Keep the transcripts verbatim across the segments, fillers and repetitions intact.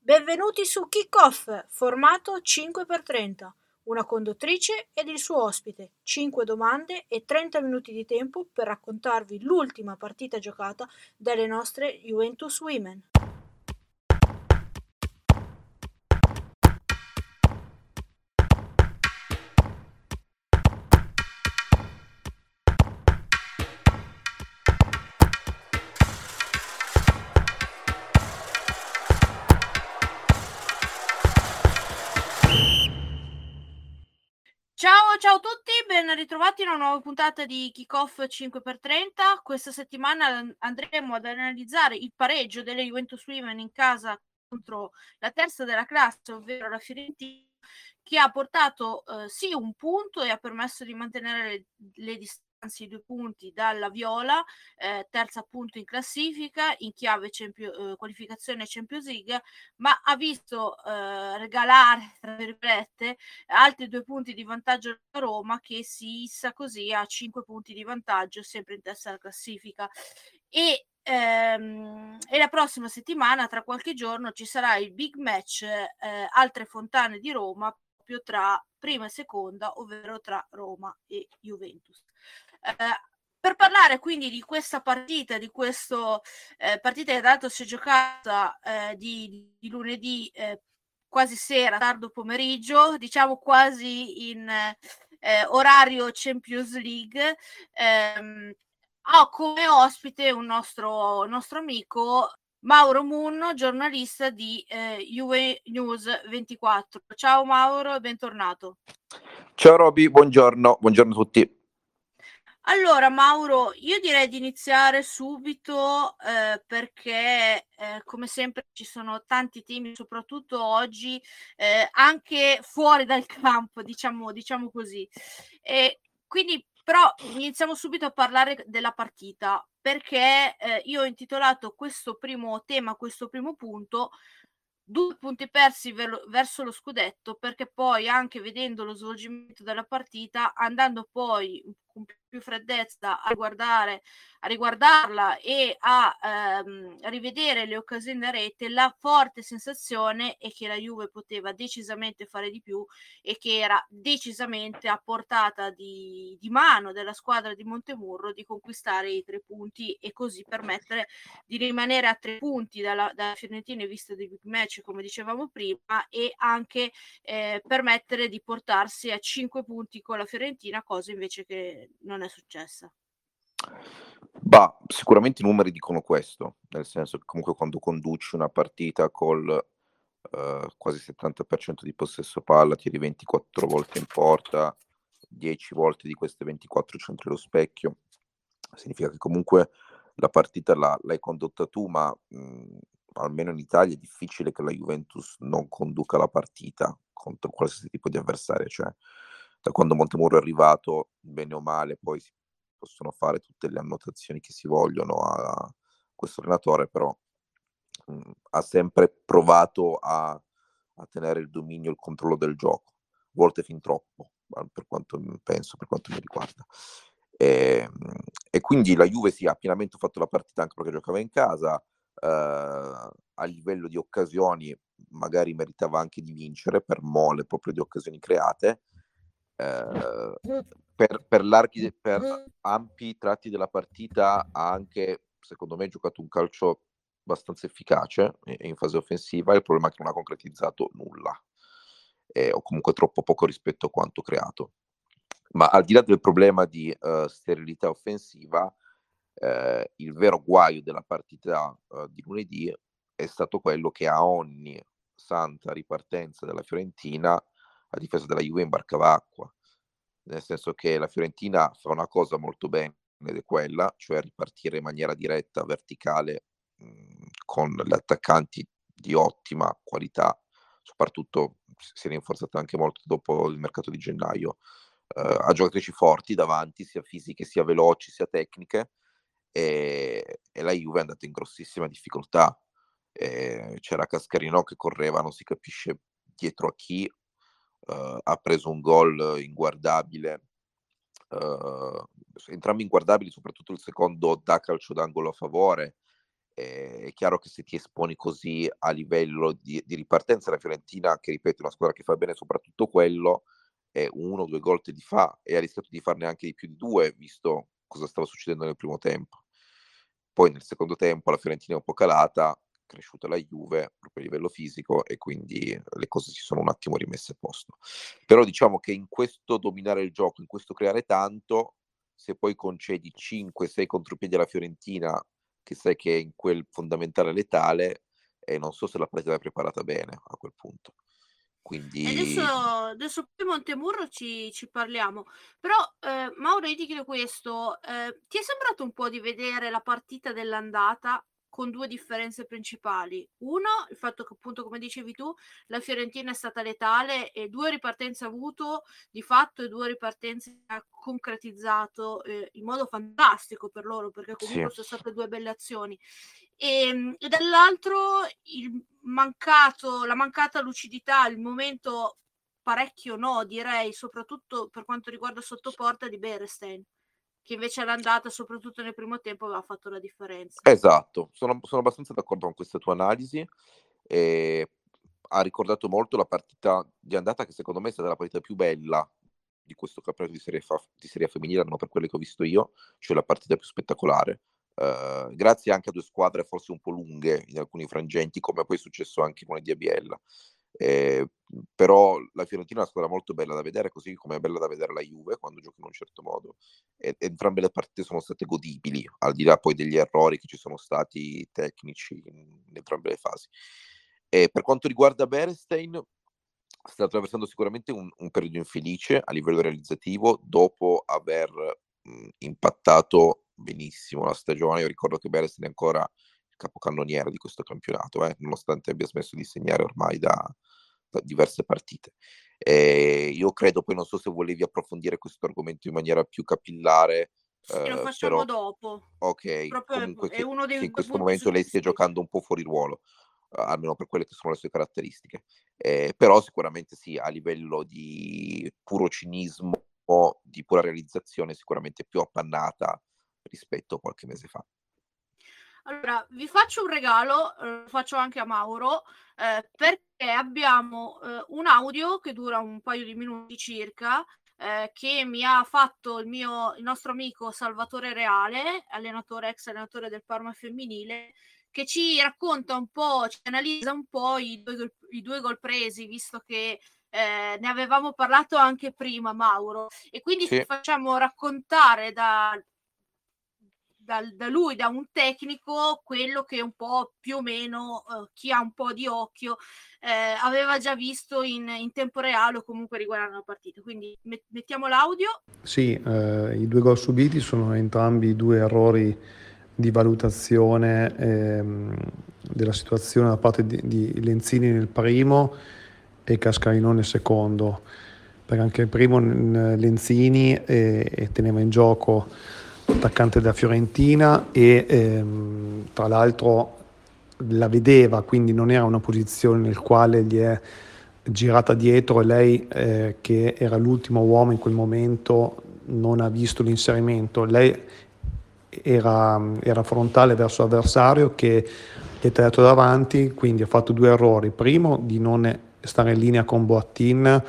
Benvenuti su Kick-Off, formato cinque per trenta. Una conduttrice ed il suo ospite, cinque domande e trenta minuti di tempo per raccontarvi l'ultima partita giocata dalle nostre Juventus Women. Ciao, ciao a tutti, ben ritrovati in una nuova puntata di Kick-Off cinque per trenta. Questa settimana andremo ad analizzare il pareggio delle Juventus Women in casa contro la terza della classe, ovvero la Fiorentina, che ha portato eh, sì un punto e ha permesso di mantenere le, le distanze di due punti dalla Viola, eh, terza appunto in classifica, in chiave Champions, eh, qualificazione Champions League, ma ha visto eh, regalare, tra virgolette, altri due punti di vantaggio a Roma, che si issa così a cinque punti di vantaggio, sempre in testa alla classifica. E, ehm, e la prossima settimana, tra qualche giorno, ci sarà il big match eh, Altre Fontane di Roma, proprio tra prima e seconda, ovvero tra Roma e Juventus. Eh, per parlare quindi di questa partita, di questa eh, partita che tra l'altro si è giocata eh, di, di lunedì eh, quasi sera, tardo pomeriggio, diciamo quasi in eh, orario Champions League, ehm, ho come ospite un nostro, nostro amico, Mauro Munno, giornalista di eh, Juve News ventiquattro. Ciao Mauro e bentornato. Ciao Roby, buongiorno, buongiorno a tutti. Allora Mauro, io direi di iniziare subito eh, perché eh, come sempre ci sono tanti temi, soprattutto oggi, eh, anche fuori dal campo, diciamo, diciamo così. E quindi però iniziamo subito a parlare della partita, perché eh, io ho intitolato questo primo tema, questo primo punto, due punti persi ver- verso lo scudetto, perché poi anche vedendo lo svolgimento della partita, andando poi con più freddezza a guardare a riguardarla e a ehm, rivedere le occasioni da rete, la forte sensazione è che la Juve poteva decisamente fare di più e che era decisamente a portata di, di mano della squadra di Montemurro di conquistare i tre punti e così permettere di rimanere a tre punti dalla, dalla Fiorentina in vista dei big match, come dicevamo prima, e anche eh, permettere di portarsi a cinque punti con la Fiorentina, cosa invece che non è successa. Bah, sicuramente i numeri dicono questo, nel senso che comunque quando conduci una partita col uh, quasi settanta per cento di possesso palla, tiri ventiquattro volte in porta, dieci volte di queste ventiquattro centri lo specchio, significa che comunque la partita la, l'hai condotta tu, ma mh, almeno in Italia è difficile che la Juventus non conduca la partita contro qualsiasi tipo di avversario, cioè da quando Montemurro è arrivato, bene o male, poi si possono fare tutte le annotazioni che si vogliono a questo allenatore, però mh, ha sempre provato a, a tenere il dominio, il controllo del gioco, a volte fin troppo, per quanto penso, per quanto mi riguarda. E, e quindi la Juve si sì, ha pienamente fatto la partita anche perché giocava in casa, eh, a livello di occasioni magari meritava anche di vincere per mole proprio di occasioni create. Eh, per, per, larghi, per ampi tratti della partita ha anche, secondo me, giocato un calcio abbastanza efficace in fase offensiva. Il problema è che non ha concretizzato nulla, eh, o comunque troppo poco rispetto a quanto creato. Ma al di là del problema di uh, sterilità offensiva, eh, il vero guaio della partita uh, di lunedì è stato quello che a ogni santa ripartenza della Fiorentina la difesa della Juve imbarcava acqua, nel senso che la Fiorentina fa una cosa molto bene ed è quella, cioè ripartire in maniera diretta, verticale, mh, con gli attaccanti di ottima qualità, soprattutto si è rinforzata anche molto dopo il mercato di gennaio, uh, a giocatrici forti davanti, sia fisiche, sia veloci, sia tecniche, e, e la Juve è andata in grossissima difficoltà. E c'era Cascarino che correva, non si capisce dietro a chi, uh, ha preso un gol inguardabile, uh, entrambi inguardabili, soprattutto il secondo da calcio d'angolo a favore, eh, è chiaro che se ti esponi così a livello di, di ripartenza, la Fiorentina, che ripeto è una squadra che fa bene soprattutto quello, è uno o due gol te li fa, e ha rischiato di farne anche di più di due, visto cosa stava succedendo nel primo tempo. Poi nel secondo tempo la Fiorentina è un po' calata, cresciuta la Juve proprio a livello fisico, e quindi le cose si sono un attimo rimesse a posto. Però diciamo che in questo dominare il gioco, in questo creare tanto, se poi concedi cinque sei contropiedi alla Fiorentina, che sai che è in quel fondamentale letale, e non so se la partita è preparata bene a quel punto. Quindi adesso, adesso poi Montemurro ci, ci parliamo, però eh, Mauro, io ti chiedo questo, eh, ti è sembrato un po' di vedere la partita dell'andata con due differenze principali? Uno, il fatto che appunto, come dicevi tu, la Fiorentina è stata letale e due ripartenze ha avuto di fatto, e due ripartenze ha concretizzato eh, in modo fantastico per loro, perché comunque sì. sono state due belle azioni. E, e dall'altro il mancato, la mancata lucidità, il momento parecchio no, direi, soprattutto per quanto riguarda sottoporta di Berestein, che invece all'andata, soprattutto nel primo tempo, aveva fatto la differenza. Esatto, sono, sono abbastanza d'accordo con questa tua analisi. E ha ricordato molto la partita di andata, che secondo me è stata la partita più bella di questo campionato di Serie, fa, di serie femminile, almeno per quelle che ho visto io, cioè la partita più spettacolare. Uh, grazie anche a due squadre forse un po' lunghe in alcuni frangenti, come poi è successo anche con il di Biella. Eh, però la Fiorentina è una squadra molto bella da vedere, così come è bella da vedere la Juve quando gioca in un certo modo, e entrambe le partite sono state godibili, al di là poi degli errori che ci sono stati tecnici in, in entrambe le fasi. E per quanto riguarda Berestein, sta attraversando sicuramente un, un periodo infelice a livello realizzativo, dopo aver mh, impattato benissimo la stagione. Io ricordo che Berestein è ancora il capocannoniere di questo campionato, eh, nonostante abbia smesso di segnare ormai da, da diverse partite. E io credo, poi non so se volevi approfondire questo argomento in maniera più capillare. Sì, lo eh, facciamo però, dopo. ok, Proprio comunque è che, uno dei che in questo punti momento lei stia successivi. giocando un po' fuori ruolo, uh, almeno per quelle che sono le sue caratteristiche. Eh, però sicuramente sì, a livello di puro cinismo, di pura realizzazione, sicuramente più appannata rispetto a qualche mese fa. Allora, vi faccio un regalo, eh, lo faccio anche a Mauro, eh, perché abbiamo eh, un audio che dura un paio di minuti circa, eh, che mi ha fatto il mio il nostro amico Salvatore Reale, allenatore, ex allenatore del Parma femminile, che ci racconta un po', ci analizza un po' i due gol, i due gol presi, visto che eh, ne avevamo parlato anche prima, Mauro, e quindi sì. ci facciamo raccontare da, da, da lui, da un tecnico, quello che un po' più o meno eh, chi ha un po' di occhio eh, aveva già visto in, in tempo reale, o comunque riguardando la partita. Quindi met- mettiamo l'audio. Sì, eh, i due gol subiti sono entrambi due errori di valutazione ehm, della situazione da parte di, di Lenzini nel primo e Cascarino nel secondo, perché anche il primo Lenzini eh, teneva in gioco l'attaccante della Fiorentina e ehm, tra l'altro la vedeva, quindi non era una posizione nel quale gli è girata dietro e lei eh, che era l'ultimo uomo in quel momento non ha visto l'inserimento. Lei era, era frontale verso l'avversario che gli è tagliato davanti, quindi ha fatto due errori. Primo, di non stare in linea con Boattin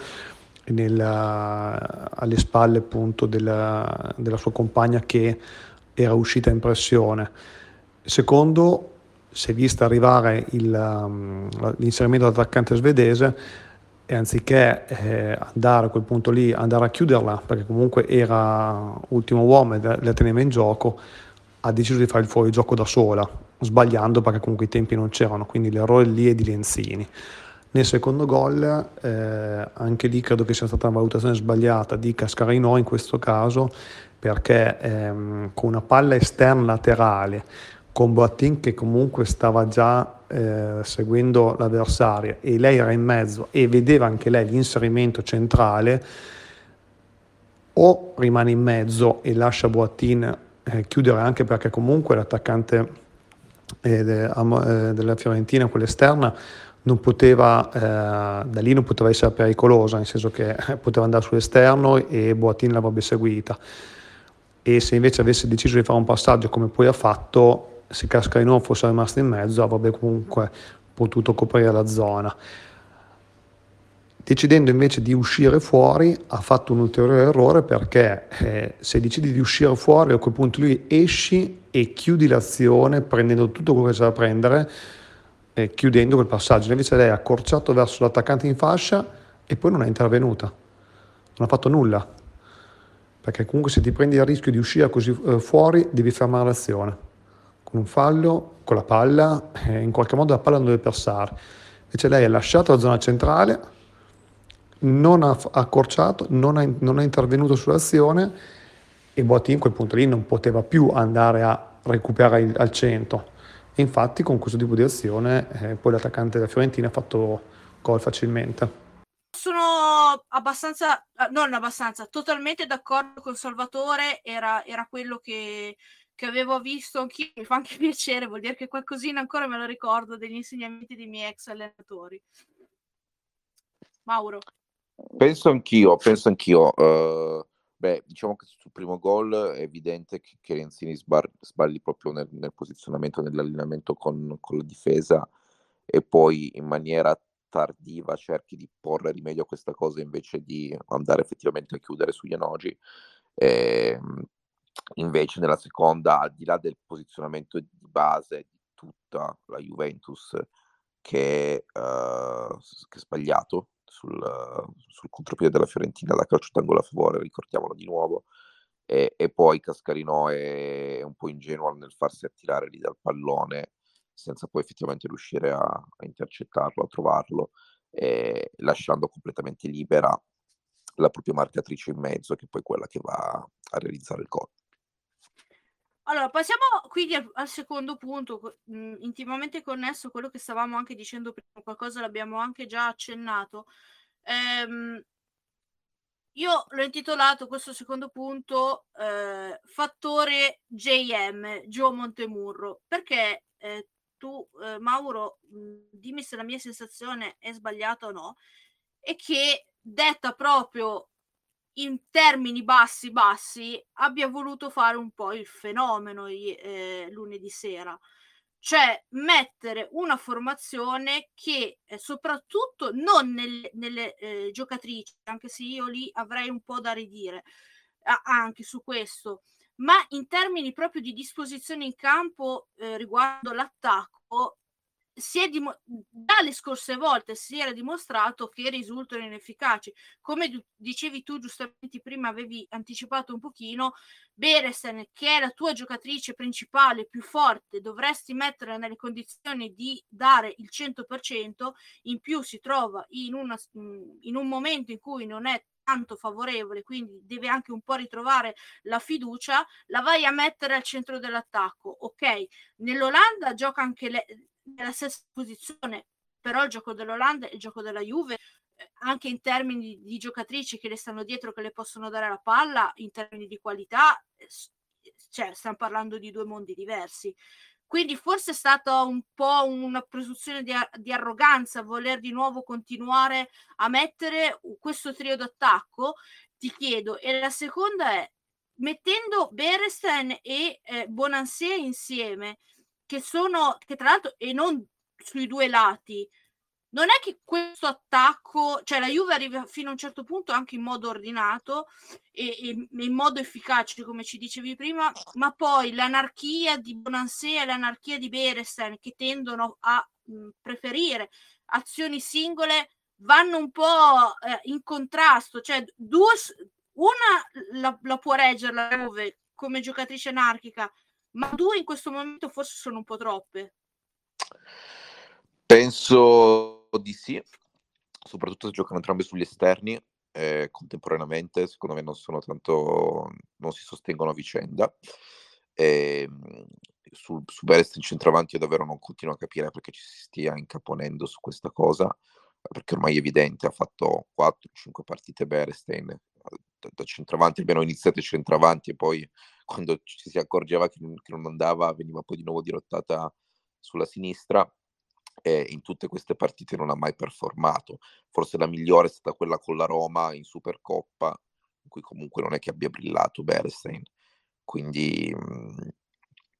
nella, alle spalle appunto della, della sua compagna che era uscita in pressione. Secondo, si è vista arrivare il, l'inserimento dell'attaccante svedese e anziché eh, andare a quel punto lì, andare a chiuderla, perché comunque era ultimo uomo e la teneva in gioco, ha deciso di fare il fuorigioco da sola, sbagliando perché comunque i tempi non c'erano, quindi l'errore lì è di Lenzini. Nel secondo gol, eh, anche lì credo che sia stata una valutazione sbagliata di Cascarino in questo caso, perché ehm, con una palla esterna laterale, con Boattin che comunque stava già eh, seguendo l'avversaria e lei era in mezzo e vedeva anche lei l'inserimento centrale, o rimane in mezzo e lascia Boattin eh, chiudere, anche perché comunque l'attaccante eh, de, eh, della Fiorentina, quella esterna, non poteva, eh, da lì non poteva essere pericolosa, nel senso che poteva andare sull'esterno e Boattin l'avrebbe seguita. E se invece avesse deciso di fare un passaggio come poi ha fatto, se Cascarino fosse rimasto in mezzo avrebbe comunque potuto coprire la zona. Decidendo invece di uscire fuori ha fatto un ulteriore errore, perché eh, se decidi di uscire fuori, a quel punto lui esci e chiudi l'azione prendendo tutto quello che c'è da prendere, eh, chiudendo quel passaggio. Invece lei ha accorciato verso l'attaccante in fascia e poi non è intervenuta, non ha fatto nulla, perché comunque se ti prendi il rischio di uscire così eh, fuori devi fermare l'azione con un fallo, con la palla, eh, in qualche modo la palla non deve passare. Invece lei ha lasciato la zona centrale, non ha accorciato, non ha, non è intervenuto sull'azione, e Boatti in quel punto lì non poteva più andare a recuperare il, al centro. E infatti con questo tipo di azione eh, poi l'attaccante della Fiorentina ha fatto gol facilmente. Sono abbastanza, non abbastanza, totalmente d'accordo con Salvatore, era, era quello che, che avevo visto anch'io, mi fa anche piacere, vuol dire che qualcosina ancora me lo ricordo degli insegnamenti dei miei ex allenatori. Mauro. Penso anch'io, penso anch'io. Uh, beh, diciamo che sul primo gol è evidente che, che Lenzini sbar- sbagli proprio nel, nel posizionamento, nell'allineamento con, con la difesa, e poi in maniera tardiva cerchi di porre rimedio a questa cosa invece di andare effettivamente a chiudere sugli Enoji. E, invece nella seconda, al di là del posizionamento di base di tutta la Juventus, che, uh, che è sbagliato sul, sul contropiede della Fiorentina da calcio d'angolo a favore, ricordiamolo di nuovo, e, e poi Cascarino è un po' ingenuo nel farsi attirare lì dal pallone senza poi effettivamente riuscire a, a intercettarlo, a trovarlo, e lasciando completamente libera la propria marcatrice in mezzo, che è poi quella che va a realizzare il gol. Allora, passiamo quindi al, al secondo punto, mh, intimamente connesso a quello che stavamo anche dicendo prima, qualcosa l'abbiamo anche già accennato. Ehm, io l'ho intitolato questo secondo punto eh, fattore J M, Joe Montemurro, perché eh, tu, eh, Mauro, mh, dimmi se la mia sensazione è sbagliata o no, e che detta proprio in termini bassi bassi abbia voluto fare un po' il fenomeno eh, lunedì sera, cioè mettere una formazione che eh, soprattutto non nelle, nelle eh, giocatrici, anche se io lì avrei un po' da ridire a- anche su questo, ma in termini proprio di disposizione in campo eh, riguardo l'attacco, si è dim- dalle scorse volte si era dimostrato che risultano inefficaci. Come du- dicevi tu giustamente prima, avevi anticipato un pochino, Beresen, che è la tua giocatrice principale più forte, dovresti mettere nelle condizioni di dare il cento per cento, in più si trova in, una, in un momento in cui non è tanto favorevole, quindi deve anche un po' ritrovare la fiducia, la vai a mettere al centro dell'attacco. Ok, nell'Olanda gioca anche lei nella stessa posizione, però il gioco dell'Olanda e il gioco della Juve, eh, anche in termini di, di giocatrici che le stanno dietro, che le possono dare la palla, in termini di qualità, eh, cioè stiamo parlando di due mondi diversi. Quindi forse è stata un po' una presunzione di, di arroganza voler di nuovo continuare a mettere questo trio d'attacco, ti chiedo. E la seconda è, mettendo Berestein e eh, Bonansea insieme, che sono, che tra l'altro, e non sui due lati, non è che questo attacco, cioè la Juve arriva fino a un certo punto anche in modo ordinato e, e in modo efficace, come ci dicevi prima, ma poi l'anarchia di Bonansea e l'anarchia di Berestein, che tendono a mh, preferire azioni singole, vanno un po' eh, in contrasto, cioè due, una la, la può reggere la Juve come giocatrice anarchica, ma due in questo momento forse sono un po' troppe. Penso di sì, soprattutto se giocano entrambi sugli esterni eh, contemporaneamente, secondo me non sono tanto, non si sostengono a vicenda. E, su, su Berest in centravanti io davvero non continuo a capire perché ci si stia incaponendo su questa cosa, perché ormai è evidente, ha fatto quattro cinque partite Berestein da, da centravanti, abbiamo iniziato centravanti e poi quando ci si accorgeva che non, che non andava veniva poi di nuovo dirottata sulla sinistra, e in tutte queste partite non ha mai performato. Forse la migliore è stata quella con la Roma in Supercoppa, in cui comunque non è che abbia brillato Berestein, quindi mh,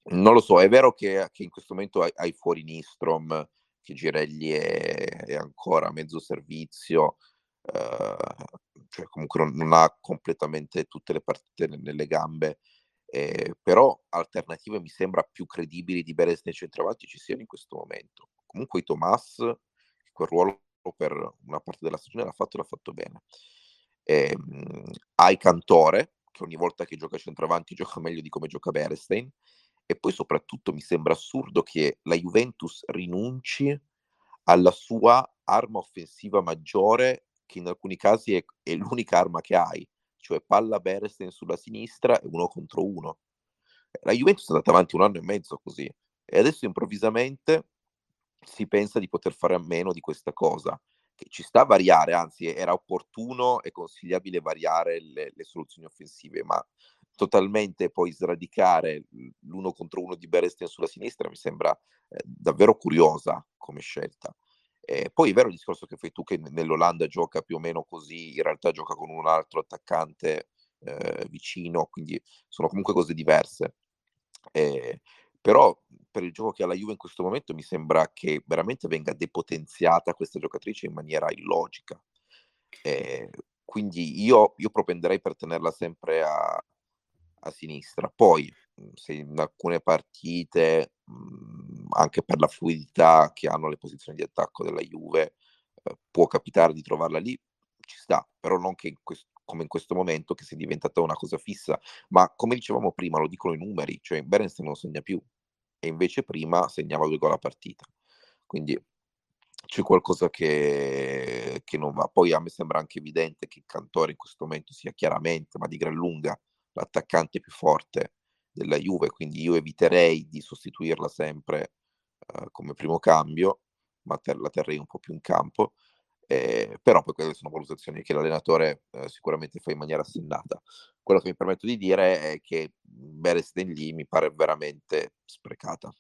Non lo so, è vero che, che in questo momento hai, hai fuori Nistrom, che Girelli è, è ancora a mezzo servizio, eh, cioè comunque non, non ha completamente tutte le partite nelle gambe, eh, però alternative mi sembra più credibili di Beres nei centravanti ci siano in questo momento. Comunque i Tomas, quel ruolo per una parte della stagione l'ha fatto, l'ha fatto bene. E, mh, hai Cantore, che ogni volta che gioca centravanti gioca meglio di come gioca Berestein, e poi soprattutto mi sembra assurdo che la Juventus rinunci alla sua arma offensiva maggiore, che in alcuni casi è, è l'unica arma che hai, cioè palla Berestein sulla sinistra e uno contro uno. La Juventus è andata avanti un anno e mezzo così, e adesso improvvisamente si pensa di poter fare a meno di questa cosa, che ci sta a variare, anzi era opportuno e consigliabile variare le, le soluzioni offensive, ma totalmente poi sradicare l'uno contro uno di Berestein sulla sinistra mi sembra eh, davvero curiosa come scelta. Eh, poi è vero il discorso che fai tu che nell'Olanda gioca più o meno così, in realtà gioca con un altro attaccante eh, vicino, quindi sono comunque cose diverse. Eh, però per il gioco che ha la Juve in questo momento mi sembra che veramente venga depotenziata questa giocatrice in maniera illogica. Eh, quindi io, io propenderei per tenerla sempre a, a sinistra. Poi, se in alcune partite, mh, anche per la fluidità che hanno le posizioni di attacco della Juve, eh, può capitare di trovarla lì, ci sta, però non che in questo, come in questo momento che sia diventata una cosa fissa, ma come dicevamo prima, lo dicono i numeri, cioè Berenstein non segna più, e invece prima segnava due gol a partita. Quindi c'è qualcosa che, che non va. Poi a me sembra anche evidente che Cantore in questo momento sia chiaramente, ma di gran lunga, l'attaccante più forte della Juve, quindi io eviterei di sostituirla sempre eh, come primo cambio, ma ter- la terrei un po' più in campo. Eh, però poi quelle sono valutazioni che l'allenatore eh, sicuramente fa in maniera assennata. Quello che mi permetto di dire è che Beresten lì mi pare veramente sprecata.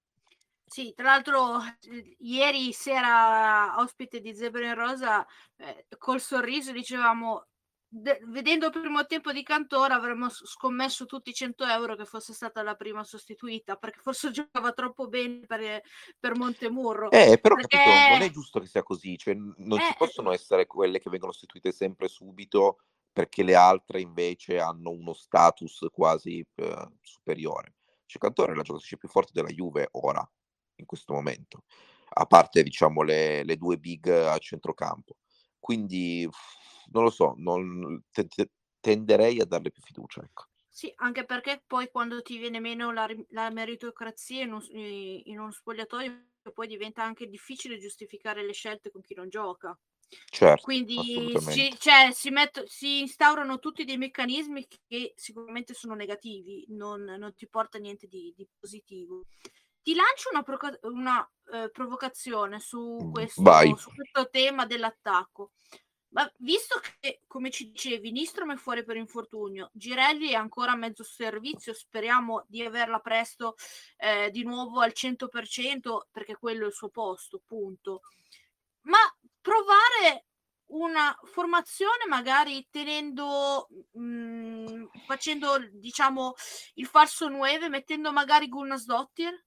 Sì, tra l'altro eh, ieri sera ospite di Zebra in Rosa, eh, col sorriso dicevamo, de- vedendo il primo tempo di Cantore avremmo scommesso tutti i cento euro che fosse stata la prima sostituita, perché forse giocava troppo bene per, per Montemurro. Eh, però Perché capito, non è giusto che sia così, cioè n- non ci eh, possono essere quelle che vengono sostituite sempre subito perché le altre invece hanno uno status quasi eh, superiore. Cioè, Cantore è la giocatrice più forte della Juve ora, in questo momento, a parte diciamo le, le due big a centrocampo. Quindi uff, non lo so, non, te- te- tenderei a darle più fiducia, ecco. sì, anche perché poi quando ti viene meno la, la meritocrazia in, un, in uno spogliatoio, poi diventa anche difficile giustificare le scelte con chi non gioca. Certo, Quindi si, assolutamente. cioè, si, metto, si instaurano tutti dei meccanismi che sicuramente sono negativi, non, non ti porta niente di, di positivo. Ti lancio una, proca- una eh, provocazione su questo, Vai. su questo tema dell'attacco. Ma visto che, come ci dicevi, Nistrom è fuori per infortunio, Girelli è ancora a mezzo servizio, speriamo di averla presto eh, di nuovo al cento per cento perché quello è il suo posto, punto. Ma provare una formazione magari tenendo mh, facendo diciamo il falso nueve, mettendo magari Gunnarsdottir.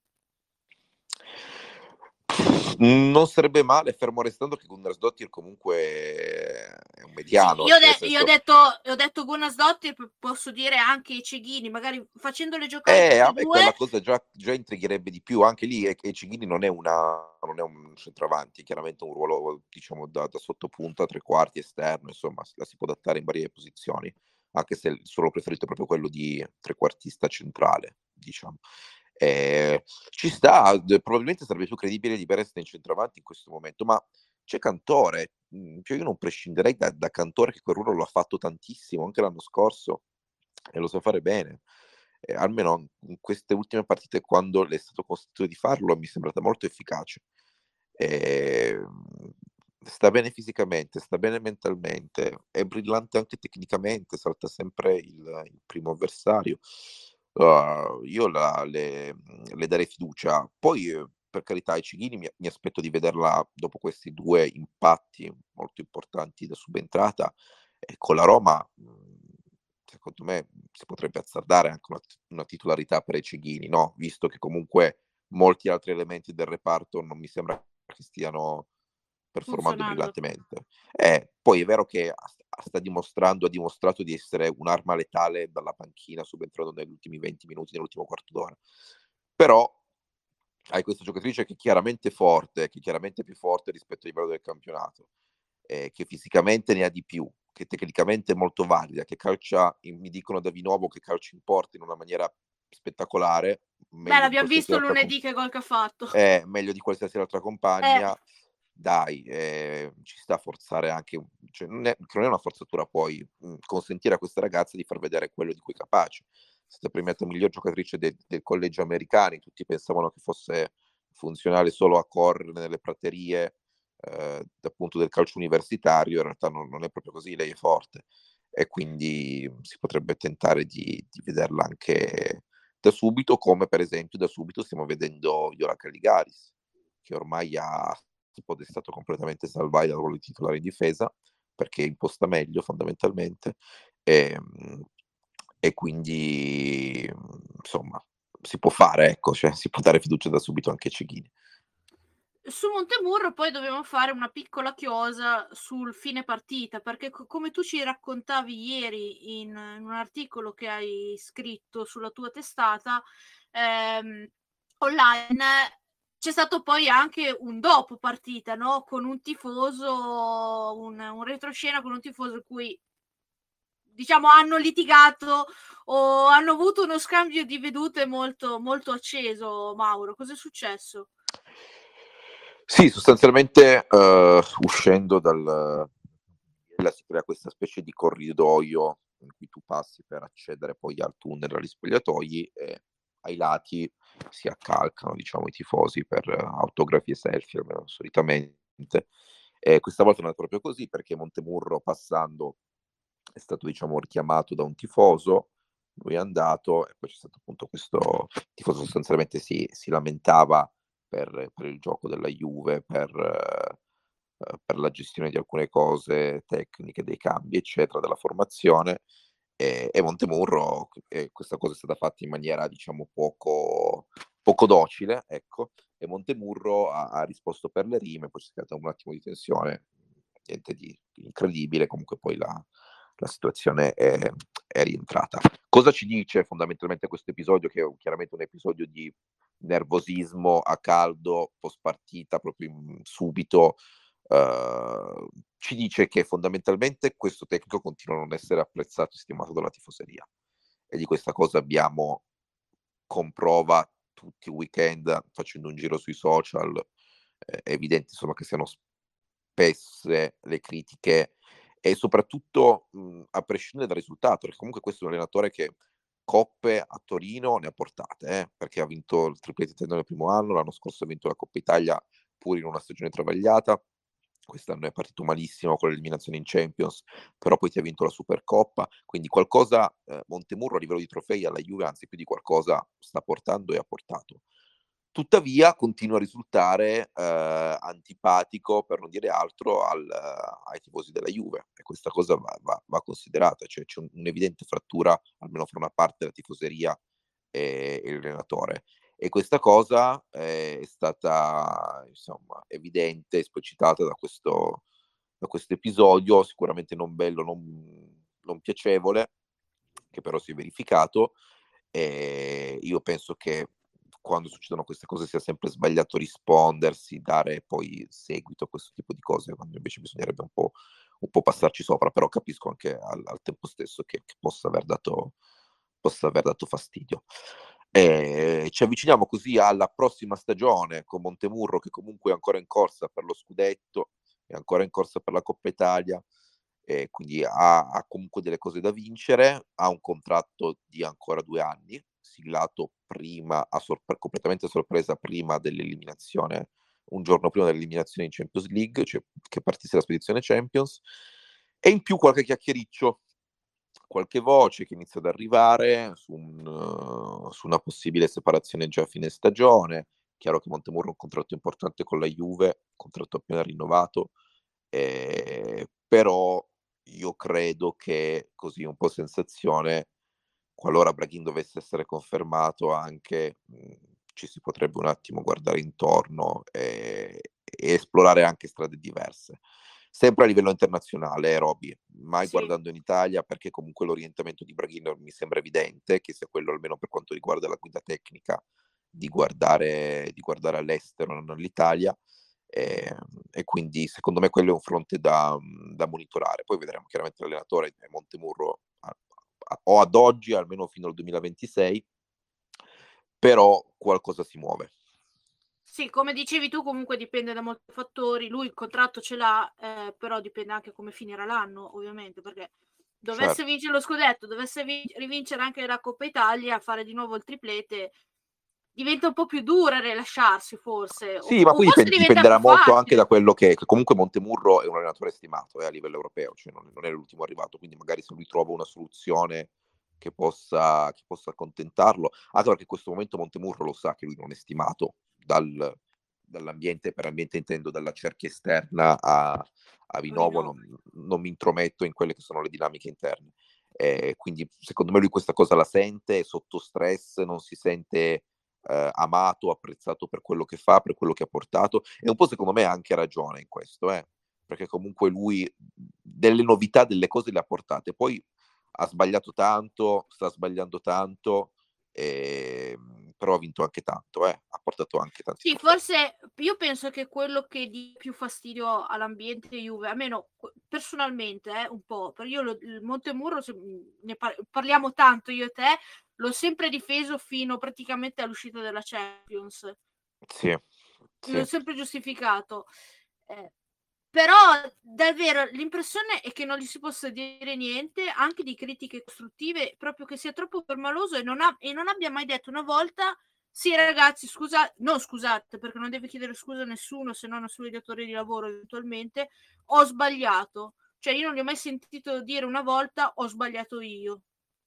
Non sarebbe male, fermo restando che Gunnarsdottir comunque è un Sì, mediano, io, cioè nel de- io ho senso... detto, ho detto Gunnarsdottir, posso dire anche i Ceghini, magari facendole giocare Eh, tutte a e me due. quella cosa già, già intrigherebbe di più, anche lì, e, e Cighini non è, una, non è un centravanti, chiaramente un ruolo, diciamo, da, da sottopunta, tre quarti, esterno, insomma, la si può adattare in varie posizioni, anche se il suo preferito è proprio quello di trequartista centrale, diciamo. Eh, ci sta, probabilmente sarebbe più credibile di Beresten in centravanti in questo momento, ma c'è Cantore, cioè io non prescinderei da, da Cantore che quel ruolo lo ha fatto tantissimo anche l'anno scorso e lo sa fare bene. Eh, almeno in queste ultime partite quando le è stato consentito di farlo mi è sembrata molto efficace. Eh, sta bene fisicamente, sta bene mentalmente, è brillante anche tecnicamente, salta sempre il, il primo avversario. Uh, io la, le, le darei fiducia. Poi, eh, per carità, ai Cighini mi, mi aspetto di vederla dopo questi due impatti molto importanti da subentrata. E con la Roma, mh, secondo me si potrebbe azzardare anche una, una titolarità per Eceghini, no? Visto che comunque molti altri elementi del reparto non mi sembra che stiano performando Funzionando. brillantemente. Eh, poi è vero che sta dimostrando, ha dimostrato di essere un'arma letale dalla panchina, subentrando negli ultimi venti minuti, nell'ultimo quarto d'ora. Però hai questa giocatrice che è chiaramente forte, che è chiaramente più forte rispetto al livello del campionato, eh, che fisicamente ne ha di più, che tecnicamente è molto valida, che calcia, in, mi dicono da Vinovo che calcia in porta in una maniera spettacolare. Beh, l'abbiamo visto lunedì che gol che ha fatto. Eh, meglio di qualsiasi altra compagna. Eh. Dai, eh, ci sta a forzare anche, cioè non, è, non è una forzatura poi mh, consentire a questa ragazza di far vedere quello di cui è capace. È stata premiata miglior giocatrice de, del collegio americani, tutti pensavano che fosse funzionale solo a correre nelle praterie eh, appunto del calcio universitario, in realtà non, non è proprio così, lei è forte e quindi si potrebbe tentare di, di vederla anche da subito, come per esempio da subito stiamo vedendo Viola Caligaris, che ormai ha podestato completamente Salvai dal ruolo di titolare in difesa, perché imposta meglio fondamentalmente, e, e quindi insomma si può fare, ecco, cioè si può dare fiducia da subito anche a Eceghini. Su Montemurro poi dobbiamo fare una piccola chiosa sul fine partita, perché co- come tu ci raccontavi ieri in, in un articolo che hai scritto sulla tua testata ehm, online, c'è stato poi anche un dopo partita, no? Con un tifoso, un, un retroscena con un tifoso in cui diciamo hanno litigato o hanno avuto uno scambio di vedute molto, molto acceso. Mauro, cosa è successo? Sì, sostanzialmente uh, uscendo dal si crea questa specie di corridoio in cui tu passi per accedere poi al tunnel agli spogliatoi e ai lati si accalcano, diciamo, i tifosi per autografi e selfie, almeno solitamente. E questa volta non è proprio così, perché Montemurro passando è stato, diciamo, richiamato da un tifoso, lui è andato e poi c'è stato appunto questo tifoso sostanzialmente si, si lamentava per, per il gioco della Juve, per, eh, per la gestione di alcune cose tecniche, dei cambi, eccetera, della formazione. E, e Montemurro, e questa cosa è stata fatta in maniera, diciamo, poco, poco docile, ecco, e Montemurro ha, ha risposto per le rime, poi c'è stato un attimo di tensione, niente di incredibile, comunque poi la, la situazione è, è rientrata. Cosa ci dice fondamentalmente questo episodio, che è chiaramente un episodio di nervosismo a caldo, post partita, proprio in, subito, uh, ci dice che fondamentalmente questo tecnico continua a non essere apprezzato e stimato dalla tifoseria. E di questa cosa abbiamo comprova tutti i weekend facendo un giro sui social. Eh, è evidente insomma che siano spesse le critiche e soprattutto mh, a prescindere dal risultato, perché comunque questo è un allenatore che coppe a Torino ne ha portate, eh, perché ha vinto il triplete italiano nel primo anno, l'anno scorso ha vinto la Coppa Italia pur in una stagione travagliata, quest'anno è partito malissimo con l'eliminazione in Champions, però poi ti ha vinto la Supercoppa, quindi qualcosa eh, Montemurro a livello di trofei alla Juve, anzi più di qualcosa, sta portando e ha portato. Tuttavia continua a risultare eh, antipatico, per non dire altro, al, ai tifosi della Juve, e questa cosa va, va, va considerata, cioè c'è un, un'evidente frattura, almeno fra una parte della tifoseria e, e l'allenatore. E questa cosa eh, è stata insomma evidente, esplicitata da questo, da questo episodio, sicuramente non bello, non, non piacevole, che però si è verificato. E io penso che quando succedono queste cose sia sempre sbagliato rispondersi, dare poi seguito a questo tipo di cose, quando invece bisognerebbe un po', un po' passarci sopra, però capisco anche al, al tempo stesso che, che possa aver dato, possa aver dato fastidio. E ci avviciniamo così alla prossima stagione con Montemurro, che comunque è ancora in corsa per lo scudetto, è ancora in corsa per la Coppa Italia, e quindi ha, ha comunque delle cose da vincere, ha un contratto di ancora due anni, siglato prima, a sorpre- completamente a sorpresa prima dell'eliminazione, un giorno prima dell'eliminazione in Champions League, cioè che partisse la spedizione Champions, e in più qualche chiacchiericcio, qualche voce che inizia ad arrivare su, un, uh, su una possibile separazione già a fine stagione. Chiaro che Montemurro ha un contratto importante con la Juve, contratto appena rinnovato, eh, però io credo che, così un po' sensazione, qualora Braghin dovesse essere confermato anche, mhmm, ci si potrebbe un attimo guardare intorno e e esplorare anche strade diverse. Sempre a livello internazionale, eh, Roby, mai Sì. guardando in Italia, perché comunque l'orientamento di Braghin mi sembra evidente, che sia quello, almeno per quanto riguarda la guida tecnica, di guardare di guardare all'estero, non all'Italia. Ehm, e quindi secondo me quello è un fronte da mhmm, da monitorare. Poi vedremo, chiaramente l'allenatore è Montemurro a a o ad oggi, almeno fino al duemilaventisei, però qualcosa si muove. Sì, come dicevi tu comunque dipende da molti fattori. Lui il contratto ce l'ha, ehm, però dipende anche come finirà l'anno ovviamente, perché dovesse Certo. vincere lo scudetto, dovesse vi rivincere anche la Coppa Italia, fare di nuovo il triplete, diventa un po' più dura rilasciarsi forse, o Sì, f ma o poi forse dipen diventa più dipenderà molto anche da facile. quello che che comunque Montemurro è un allenatore stimato, eh, a livello europeo, cioè non non è l'ultimo arrivato, quindi magari se lui trova una soluzione che possa che possa accontentarlo, anche perché in questo momento Montemurro lo sa che lui non è stimato dal dall'ambiente, per ambiente intendo dalla cerchia esterna a a Vinovo, Vino non non mi intrometto in quelle che sono le dinamiche interne. Ehm, quindi secondo me lui questa cosa la sente, è sotto stress, non si sente ehm, amato, apprezzato per quello che fa, per quello che ha portato, e un po' secondo me ha anche ragione in questo, eh, perché comunque lui delle novità, delle cose le ha portate. Poi ha sbagliato tanto, sta sbagliando tanto, ehm, però ha vinto anche tanto, eh, ha portato anche tanti Sì, trofei. forse io penso che quello che dia più fastidio all'ambiente Juve, almeno q personalmente eh, un po', perché io lo il Montemurro se mhmm, ne par parliamo tanto io e te, l'ho sempre difeso fino praticamente all'uscita della Champions. Sì, L'ho sì. sempre giustificato. Ehm, però davvero l'impressione è che non gli si possa dire niente, anche di critiche costruttive, proprio che sia troppo permaloso e non ha e non abbia mai detto una volta: "Sì ragazzi scusa" no scusate, perché non deve chiedere scusa a nessuno se non al suo datore di lavoro eventualmente, "Ho sbagliato." Cioè io non gli ho mai sentito dire una volta: "Ho sbagliato io."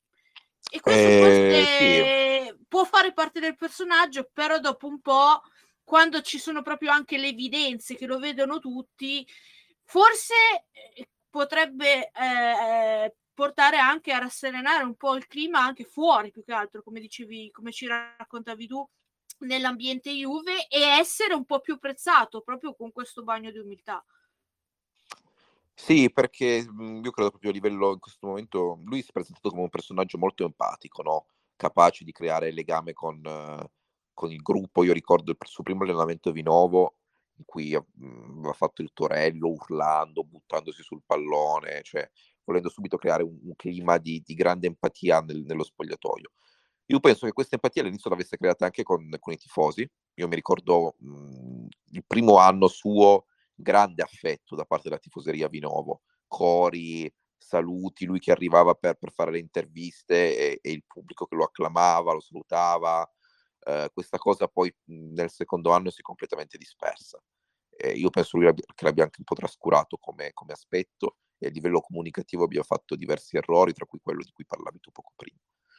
E questo Ehm, sì. forse può fare parte del personaggio, però dopo un po', quando ci sono proprio anche le evidenze che lo vedono tutti, forse, ehm, potrebbe, ehm, portare anche a rasserenare un po' il clima anche fuori, più che altro, come dicevi come ci raccontavi tu, nell'ambiente Juve, e essere un po' più apprezzato proprio con questo bagno di umiltà. Sì, perché, mhmm, io credo proprio a livello in questo momento lui si è presentato come un personaggio molto empatico, no, capace di creare legame con eh, con il gruppo. Io ricordo il p suo primo allenamento a Vinovo, in cui ha mhmm, aveva fatto il torello urlando, buttandosi sul pallone, cioè volendo subito creare un un clima di di grande empatia nel nello spogliatoio. Io penso che questa empatia all'inizio l'avesse creata anche con con i tifosi. Io mi ricordo, mhmm, il primo anno suo, grande affetto da parte della tifoseria Vinovo, cori, saluti, lui che arrivava per per fare le interviste e e il pubblico che lo acclamava, lo salutava. Ehm, questa cosa poi, mhmm, nel secondo anno si è completamente dispersa. Ehm, io penso lui abbia che l'abbia anche un po' trascurato come come aspetto, e a livello comunicativo abbia fatto diversi errori, tra cui quello di cui parlavi tu poco prima.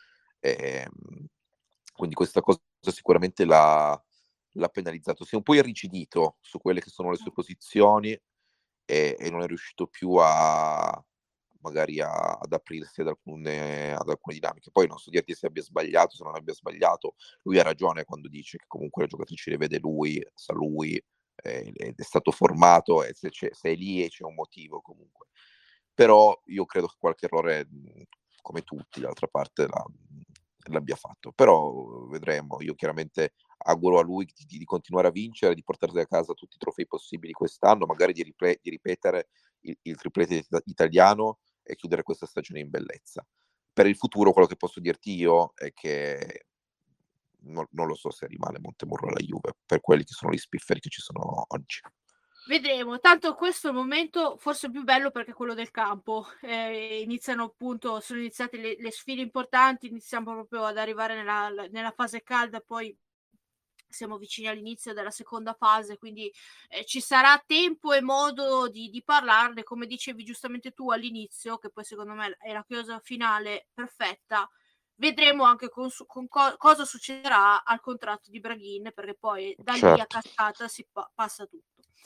Ehm, quindi questa cosa sicuramente l'ha l'ha penalizzato. Si è un po' irrigidito su quelle che sono le sue posizioni, e e non è riuscito più a magari a ad aprirsi ad alcune ad alcune dinamiche. Poi non so dirti se abbia sbagliato, se non abbia sbagliato. Lui ha ragione quando dice che comunque le giocatrici le vede lui, sa lui, ehm, ed è stato formato, e se c'è se è lì e c'è un motivo comunque. Però io credo che qualche errore, mhmm, come tutti d'altra parte l'ha mhmm, l'abbia fatto. Però vedremo. Io chiaramente auguro a lui di di continuare a vincere, di portarsi a casa tutti i trofei possibili quest'anno, magari di riple di ripetere il il triplete ita italiano e chiudere questa stagione in bellezza. Per il futuro quello che posso dirti io è che non non lo so se rimane Montemurro alla Juve, per quelli che sono gli spifferi che ci sono oggi. Vedremo, tanto questo è il momento forse più bello perché è quello del campo. Ehm, iniziano appunto sono iniziate le le sfide importanti, iniziamo proprio ad arrivare nella l nella fase calda, poi siamo vicini all'inizio della seconda fase, quindi, ehm, ci sarà tempo e modo di di parlarne. Come dicevi giustamente tu all'inizio, che poi secondo me è la chiosa finale perfetta, vedremo anche con su con co cosa succederà al contratto di Braghin, perché poi da lì a Certo. cascata si pa passa tutto.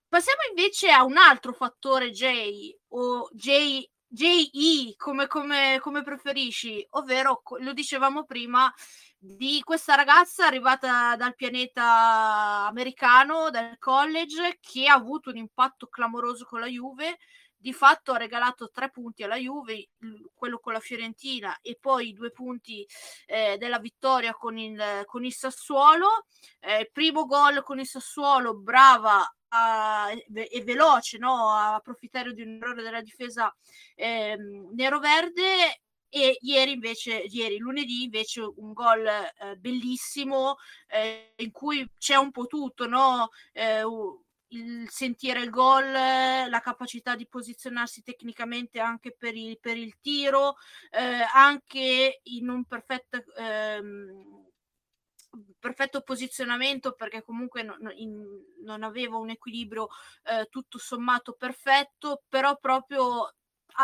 Passiamo invece a un altro fattore J o J, J E come, come, come preferisci, ovvero lo dicevamo prima di questa ragazza arrivata dal pianeta americano, dal college, che ha avuto un impatto clamoroso con la Juve. Di fatto ha regalato tre punti alla Juve, quello con la Fiorentina e poi due punti eh, della vittoria con il, con il Sassuolo. Eh, primo gol con il Sassuolo, brava a, e veloce, no? A approfittare di un errore della difesa eh, nero-verde. E ieri invece, ieri lunedì invece un gol eh, bellissimo eh, in cui c'è un po' tutto, no? Eh, il sentire il gol, la capacità di posizionarsi tecnicamente anche per il, per il tiro, eh, anche in un perfetto ehm, perfetto posizionamento, perché comunque non, in, non avevo un equilibrio eh, tutto sommato perfetto, però proprio a,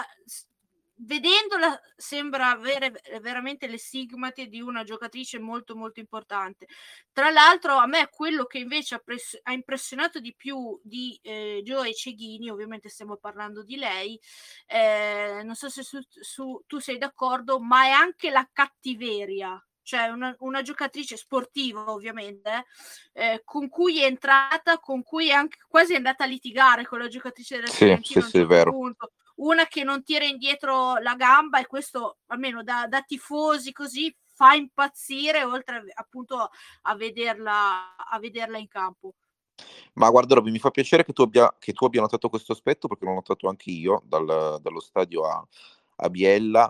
vedendola sembra avere veramente le stigmate di una giocatrice molto molto importante. Tra l'altro a me quello che invece ha, pres- ha impressionato di più di eh, Joy Ceghini, ovviamente stiamo parlando di lei, eh, non so se su, su, tu sei d'accordo, ma è anche la cattiveria, cioè una, una giocatrice sportiva ovviamente, eh, con cui è entrata, con cui è anche quasi andata a litigare con la giocatrice del Sì, Fiorentina sì, a un sì, è certo vero. punto, una che non tira indietro la gamba, e questo almeno da, da tifosi così fa impazzire, oltre a, appunto a vederla, a vederla in campo. Ma guarda Robby, mi fa piacere che tu abbia, che tu abbia notato questo aspetto, perché l'ho notato anche io dal, dallo stadio a, a Biella.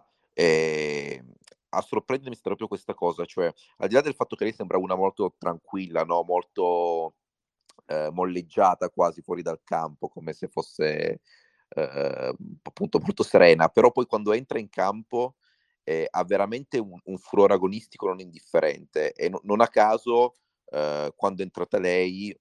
E a sorprendermi è stata proprio questa cosa, cioè al di là del fatto che lei sembra una molto tranquilla, no? Molto eh, molleggiata quasi fuori dal campo, come se fosse eh, appunto molto serena, però poi quando entra in campo eh, ha veramente un, un furore agonistico non indifferente, e no, non a caso eh, quando è entrata lei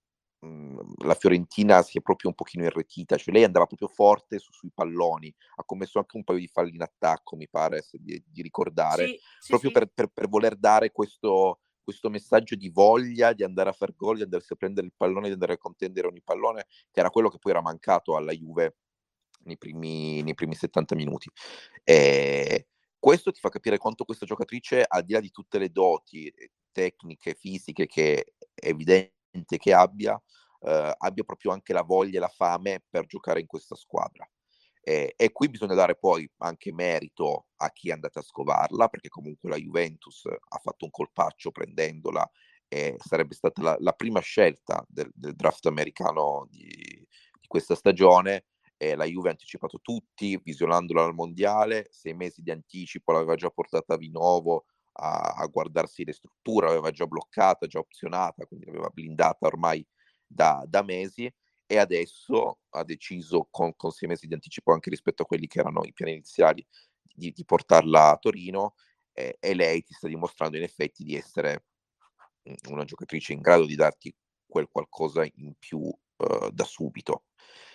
la Fiorentina si è proprio un pochino irretita, cioè lei andava proprio forte su, sui palloni, ha commesso anche un paio di falli in attacco, mi pare di, di ricordare, sì, sì, proprio sì. Per, per, per voler dare questo, questo messaggio di voglia di andare a far gol, di andarsi a prendere il pallone, di andare a contendere ogni pallone, che era quello che poi era mancato alla Juve nei primi, nei primi settanta minuti. E questo ti fa capire quanto questa giocatrice, al di là di tutte le doti tecniche, fisiche, che è evidente che abbia, eh, abbia proprio anche la voglia e la fame per giocare in questa squadra. E, e qui bisogna dare poi anche merito a chi è andato a scovarla, perché comunque la Juventus ha fatto un colpaccio prendendola, e sarebbe stata la, la prima scelta del, del draft americano di, di questa stagione. E la Juve ha anticipato tutti, visionandola al mondiale, sei mesi di anticipo l'aveva già portata a Vinovo a, a guardarsi le strutture, l'aveva già bloccata, già opzionata, quindi l'aveva blindata ormai da, da mesi, e adesso ha deciso con, con sei mesi di anticipo anche rispetto a quelli che erano i piani iniziali di, di portarla a Torino, eh, e lei ti sta dimostrando in effetti di essere una giocatrice in grado di darti quel qualcosa in più uh, da subito.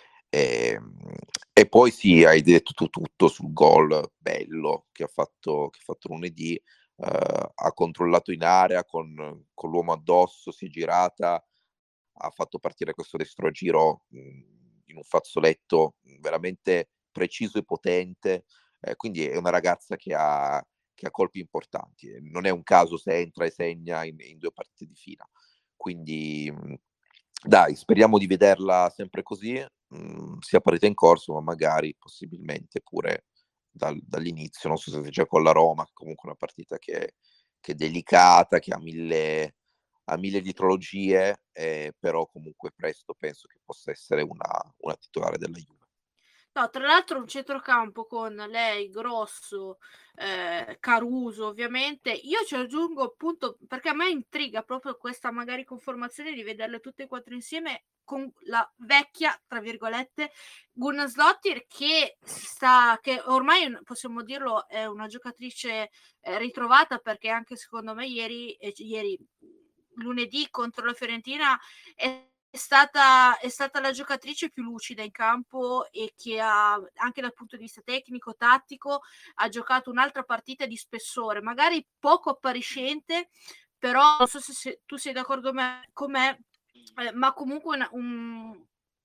E, e poi sì, hai detto tu tutto sul gol bello che ha fatto, che ha fatto lunedì, uh, ha controllato in area con, con l'uomo addosso, si è girata, ha fatto partire questo destro a giro mh, in un fazzoletto veramente preciso e potente, eh, quindi è una ragazza che ha, che ha colpi importanti, non è un caso se entra e segna in, in due partite di fila, quindi mh, dai, speriamo di vederla sempre così, mh, sia partita in corso, ma magari possibilmente pure dal, dall'inizio, non so se già con la Roma, comunque una partita che, che è delicata, che ha mille, ha mille dietrologie, eh, però comunque presto penso che possa essere una, una titolare della Juve. No, tra l'altro un centrocampo con lei, Grosso, eh, Caruso ovviamente. Io ci aggiungo appunto, perché a me intriga proprio questa magari conformazione di vederle tutte e quattro insieme con la vecchia, tra virgolette, Gunnarsdottir, che sta, che ormai possiamo dirlo è una giocatrice eh, ritrovata, perché anche secondo me ieri, eh, ieri lunedì contro la Fiorentina è È stata, è stata la giocatrice più lucida in campo, e che ha, anche dal punto di vista tecnico, tattico, ha giocato un'altra partita di spessore, magari poco appariscente, però non so se, se tu sei d'accordo con me, eh, ma comunque una, un,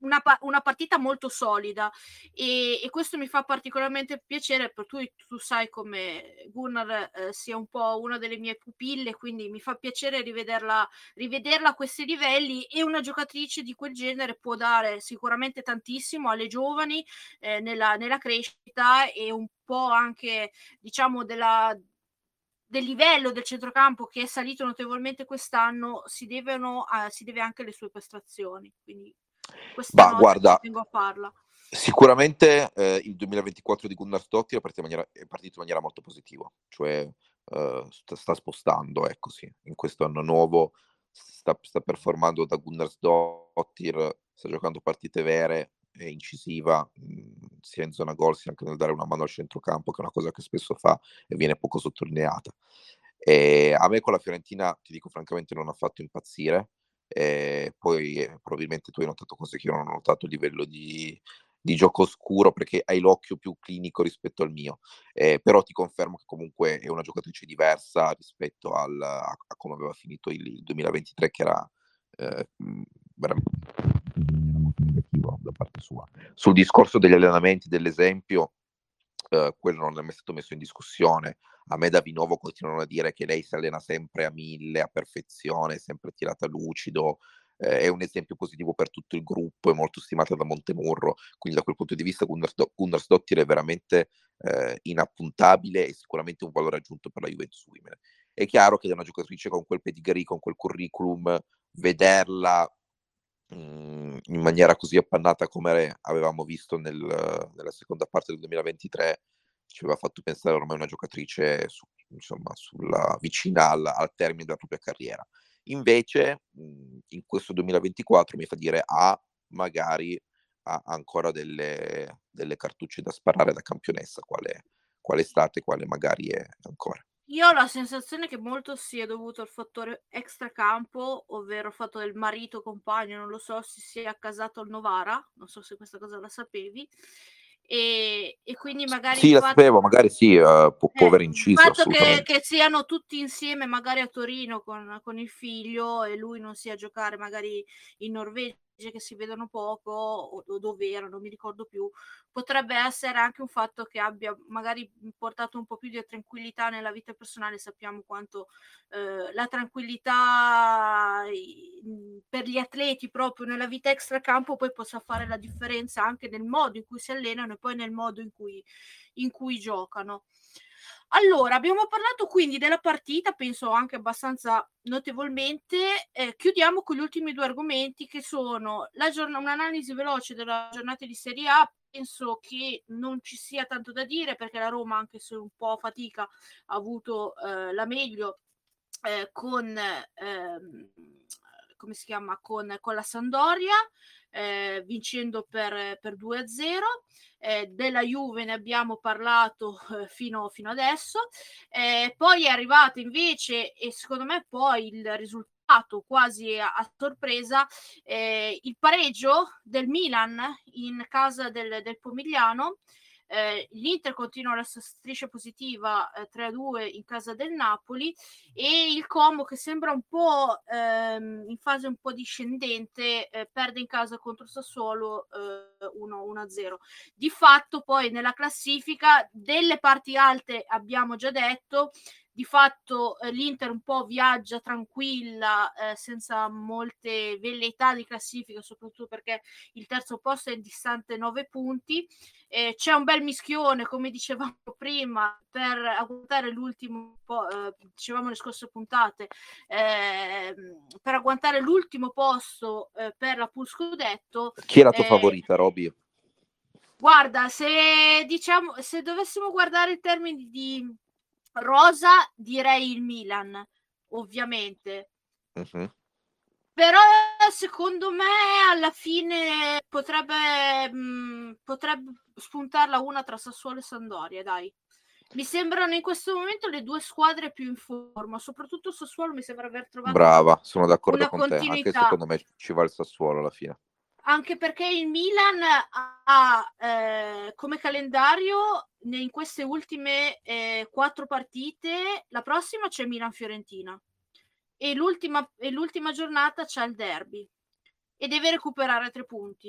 una, pa- una partita molto solida e, e questo mi fa particolarmente piacere, per tu, tu sai come Gunnar eh, sia un po' una delle mie pupille, quindi mi fa piacere rivederla, rivederla a questi livelli, e una giocatrice di quel genere può dare sicuramente tantissimo alle giovani eh, nella, nella crescita, e un po' anche diciamo della del livello del centrocampo che è salito notevolmente quest'anno si devono a, si deve anche alle sue prestazioni, quindi questa Bah, nota ci guarda, tengo a farla. sicuramente eh, il duemilaventiquattro di Gunnarsdottir è partito in maniera, è partito in maniera molto positiva, cioè eh, sta, sta spostando, ecco sì, in questo anno nuovo sta, sta performando da Gunnarsdottir, sta giocando partite vere, è incisiva, mh, sia in zona gol sia anche nel dare una mano al centrocampo, che è una cosa che spesso fa e viene poco sottolineata. E a me con la Fiorentina, ti dico francamente, non ha fatto impazzire. E poi eh, probabilmente tu hai notato cose che io non ho notato a livello di, di gioco scuro, perché hai l'occhio più clinico rispetto al mio, eh, però ti confermo che comunque è una giocatrice diversa rispetto al, a, a come aveva finito il, il duemilaventitré, che era eh, veramente molto negativo da parte sua. Sul discorso degli allenamenti, dell'esempio, eh, quello non è mai stato messo in discussione. A me da Vinovo continuano a dire che lei si allena sempre a mille, a perfezione, sempre tirata lucido, eh, è un esempio positivo per tutto il gruppo, è molto stimata da Montemurro, quindi da quel punto di vista Gunnarsdottir è veramente eh, inappuntabile e sicuramente un valore aggiunto per la Juventus Women. È chiaro che da una giocatrice con quel pedigree, con quel curriculum, vederla mh, in maniera così appannata come avevamo visto nel, nella seconda parte del duemilaventitré ci aveva fatto pensare ormai una giocatrice su, insomma, sulla, vicina al, al termine della propria carriera. Invece mh, in questo duemilaventiquattro mi fa dire ah, magari ha ancora delle, delle cartucce da sparare da campionessa, quale, quale estate, quale magari è ancora. Io ho la sensazione che molto sia dovuto al fattore extracampo, ovvero il fatto del marito compagno, non lo so, si sia accasato al Novara, non so se questa cosa la sapevi, e, e quindi magari Sì, il la fatto, sapevo, magari sì, uh, può, può eh, aver il inciso fatto che, assolutamente. che siano tutti insieme magari a Torino con, con il figlio e lui non sia a giocare magari in Norvegia, che si vedono poco, o, o dove erano, non mi ricordo più, potrebbe essere anche un fatto che abbia magari portato un po' più di tranquillità nella vita personale. Sappiamo quanto eh, la tranquillità per gli atleti proprio nella vita extracampo poi possa fare la differenza anche nel modo in cui si allenano e poi nel modo in cui, in cui giocano. Allora, abbiamo parlato quindi della partita, penso anche abbastanza notevolmente. Eh, chiudiamo con gli ultimi due argomenti, che sono la giorn- un'analisi veloce della giornata di Serie A. Penso che non ci sia tanto da dire, perché la Roma, anche se un po' fatica, ha avuto eh, la meglio eh, con ehm, come si chiama con, con la Sampdoria, eh, vincendo per, per due a zero. Eh, della Juve ne abbiamo parlato eh, fino, fino adesso. Eh, poi è arrivato invece, e secondo me poi il risultato quasi a, a sorpresa, eh, il pareggio del Milan in casa del, del Pomigliano. Eh, l'Inter continua la sua striscia positiva eh, tre a due in casa del Napoli, e il Como, che sembra un po' ehm, in fase un po' discendente, eh, perde in casa contro Sassuolo eh, uno a zero. Di fatto poi nella classifica delle parti alte abbiamo già detto. Di fatto eh, l'Inter un po' viaggia tranquilla, eh, senza molte velleità di classifica, soprattutto perché il terzo posto è distante nove punti. Eh, c'è un bel mischione, come dicevamo prima, per agguantare l'ultimo po- eh, dicevamo le scorse puntate, eh, per agguantare l'ultimo posto eh, per la Pool Scudetto. Chi è la tua eh, favorita, Roby? Guarda, se diciamo se dovessimo guardare in termini di rosa, direi il Milan, ovviamente. Uh-huh. Però secondo me alla fine potrebbe mh, potrebbe spuntarla una tra Sassuolo e Sampdoria, dai. Mi sembrano in questo momento le due squadre più in forma, soprattutto Sassuolo mi sembra aver trovato Brava, sono d'accordo una con te, anche continuità. secondo me ci va il Sassuolo alla fine. Anche perché il Milan ha eh, come calendario in queste ultime eh, quattro partite, la prossima c'è Milan-Fiorentina e l'ultima, e l'ultima giornata c'è il derby e deve recuperare tre punti.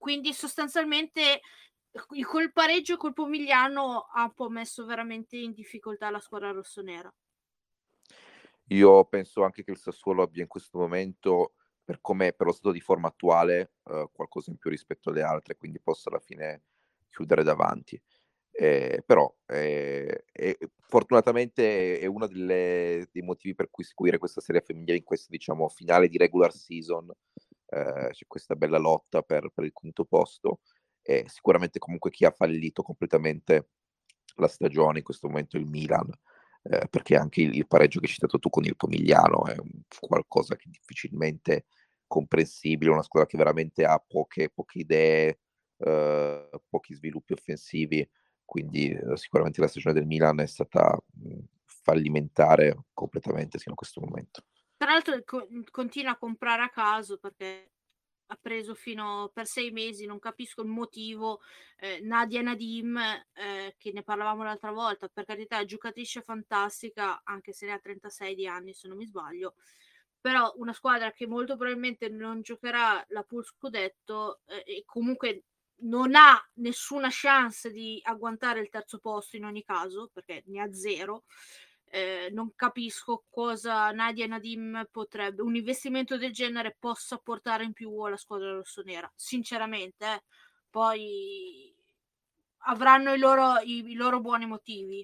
quindi sostanzialmente col pareggio col Pomigliano ha un po' messo veramente in difficoltà la squadra rossonera. Io penso anche che il Sassuolo abbia in questo momento, per come per lo stato di forma attuale, eh, qualcosa in più rispetto alle altre, quindi possa alla fine chiudere davanti. Eh, però eh, eh, fortunatamente è uno delle, dei motivi per cui seguire questa serie femminile in questo, diciamo, finale di regular season. Eh, c'è questa bella lotta per, per il quinto posto, e sicuramente comunque chi ha fallito completamente la stagione in questo momento è il Milan, eh, perché anche il, il pareggio che hai citato tu con il Pomigliano è un, qualcosa che è difficilmente comprensibile, una squadra che veramente ha poche, poche idee, eh, pochi sviluppi offensivi, quindi eh, sicuramente la stagione del Milan è stata mh, fallimentare completamente fino a questo momento. Tra l'altro co- continua a comprare a caso perché ha preso fino per sei mesi, non capisco il motivo. eh, Nadia Nadim, eh, che ne parlavamo l'altra volta, per carità è giocatrice fantastica, anche se ne ha trentasei di anni se non mi sbaglio, però una squadra che molto probabilmente non giocherà la Pool Scudetto, eh, e comunque non ha nessuna chance di agguantare il terzo posto in ogni caso, perché ne ha zero. Eh, non capisco cosa Nadia Nadim potrebbe, un investimento del genere possa portare in più alla squadra rossonera, sinceramente. eh. Poi avranno i loro, i, i loro buoni motivi.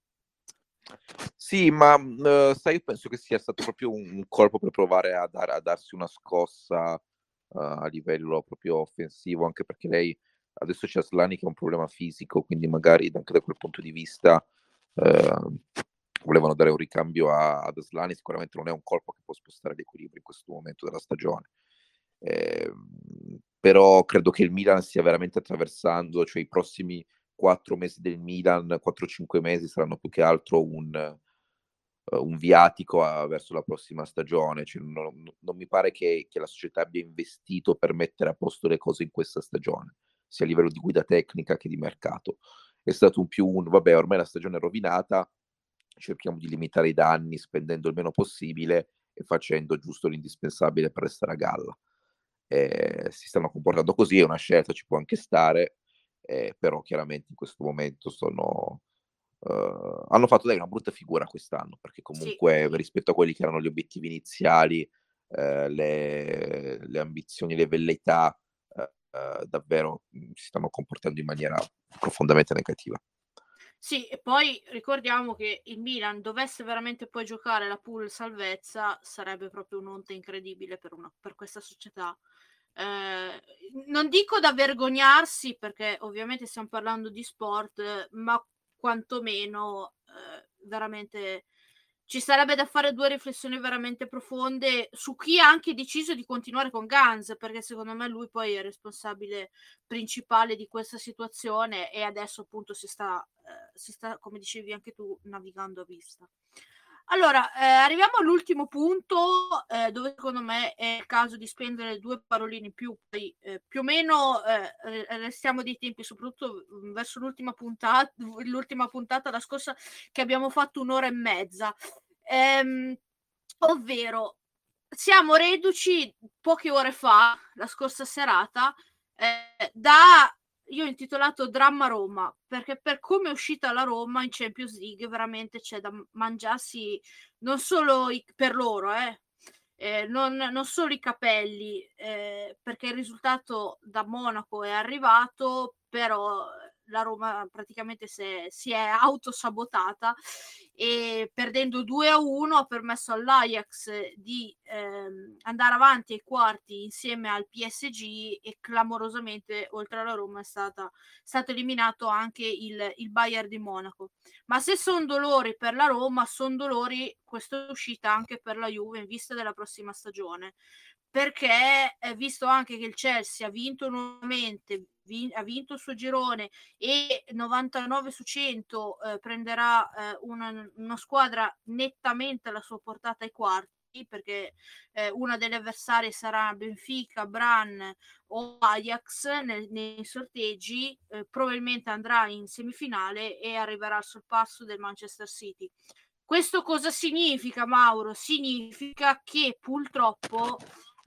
Sì, ma eh, sai, io penso che sia stato proprio un, un colpo per provare a, dar- a darsi una scossa eh, a livello proprio offensivo, anche perché lei adesso c'è Aslani che ha un problema fisico, quindi magari anche da quel punto di vista eh, volevano dare un ricambio a, ad Aslani, sicuramente non è un colpo che può spostare l'equilibrio in questo momento della stagione. Eh, però credo che il Milan stia veramente attraversando, cioè i prossimi quattro mesi del Milan, quattro cinque mesi saranno più che altro un, uh, un viatico a, verso la prossima stagione. Cioè, non, non mi pare che, che la società abbia investito per mettere a posto le cose in questa stagione, sia a livello di guida tecnica che di mercato. È stato un più un, vabbè, ormai la stagione è rovinata, cerchiamo di limitare i danni spendendo il meno possibile e facendo giusto l'indispensabile per restare a galla. Eh, si stanno comportando così, è una scelta, ci può anche stare, eh, però chiaramente in questo momento sono, uh, hanno fatto dai una brutta figura quest'anno, perché comunque Sì. rispetto a quelli che erano gli obiettivi iniziali, eh, le, le ambizioni, le velleità, eh, eh, davvero mh, si stanno comportando in maniera profondamente negativa. Sì, e poi ricordiamo che il Milan dovesse veramente poi giocare la pool salvezza, sarebbe proprio un'onta incredibile per, una, per questa società. Eh, non dico da vergognarsi, perché ovviamente stiamo parlando di sport, ma quantomeno eh, veramente ci sarebbe da fare due riflessioni veramente profonde su chi ha anche deciso di continuare con Gans, perché secondo me lui poi è responsabile principale di questa situazione e adesso appunto si sta, eh, si sta, come dicevi anche tu, navigando a vista. Allora, eh, arriviamo all'ultimo punto, eh, dove secondo me è il caso di spendere due paroline in più, poi eh, più o meno eh, restiamo dei tempi, soprattutto verso l'ultima puntata, l'ultima puntata, la scorsa, che abbiamo fatto un'ora e mezza. Ehm, ovvero, siamo reduci poche ore fa, la scorsa serata, eh, da io ho intitolato Dramma Roma, perché per come è uscita la Roma in Champions League veramente c'è da mangiarsi non solo i, per loro, eh, eh, non, non solo i capelli, eh, perché il risultato da Monaco è arrivato, però la Roma praticamente si è, si è autosabotata e perdendo due a uno ha permesso all'Ajax di ehm, andare avanti ai quarti insieme al P S G e clamorosamente oltre alla Roma è stata, stato eliminato anche il, il Bayern di Monaco. Ma se sono dolori per la Roma, sono dolori questa uscita anche per la Juve in vista della prossima stagione, perché è visto anche che il Chelsea ha vinto nuovamente, vi, ha vinto il suo girone e novantanove su cento eh, prenderà eh, una, una squadra nettamente alla sua portata ai quarti, perché eh, una delle avversarie sarà Benfica, Brann o Ajax nel, nei sorteggi, eh, probabilmente andrà in semifinale e arriverà al sorpasso del Manchester City. Questo cosa significa, Mauro? Significa che purtroppo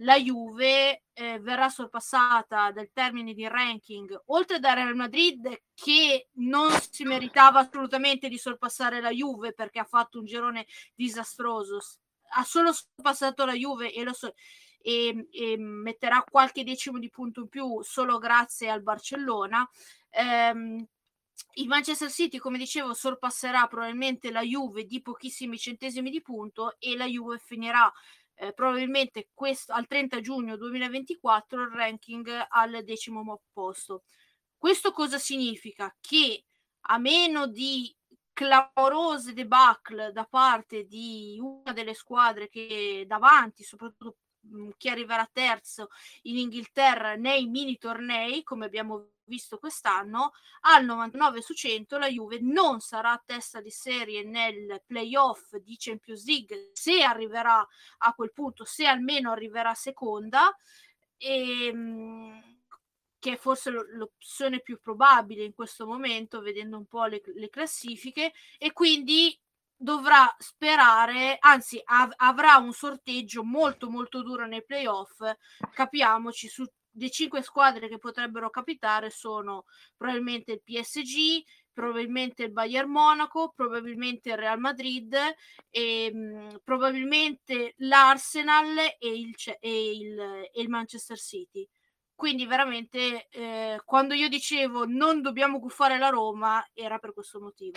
la Juve eh, verrà sorpassata dal termine di ranking, oltre da Real Madrid, che non si meritava assolutamente di sorpassare la Juve perché ha fatto un girone disastroso, ha solo sorpassato la Juve e, lo so, e, e metterà qualche decimo di punto in più solo grazie al Barcellona. ehm, il Manchester City, come dicevo, sorpasserà probabilmente la Juve di pochissimi centesimi di punto e la Juve finirà eh, probabilmente questo, al trenta giugno duemilaventiquattro il ranking al decimo posto. Questo cosa significa? Che a meno di clamorose debacle da parte di una delle squadre che davanti, soprattutto chi arriverà terzo in Inghilterra nei mini tornei, come abbiamo visto quest'anno, al novantanove su cento la Juve non sarà a testa di serie nel playoff di Champions League, se arriverà a quel punto, se almeno arriverà seconda, e, che è forse l'opzione più probabile in questo momento, vedendo un po' le, le classifiche, e quindi dovrà sperare, anzi av- avrà un sorteggio molto molto duro nei playoff. Capiamoci, su le cinque squadre che potrebbero capitare sono probabilmente il P S G, probabilmente il Bayern Monaco, probabilmente il Real Madrid e mh, probabilmente l'Arsenal e il, e, il, e il Manchester City. Quindi veramente eh, quando io dicevo non dobbiamo guffare la Roma era per questo motivo.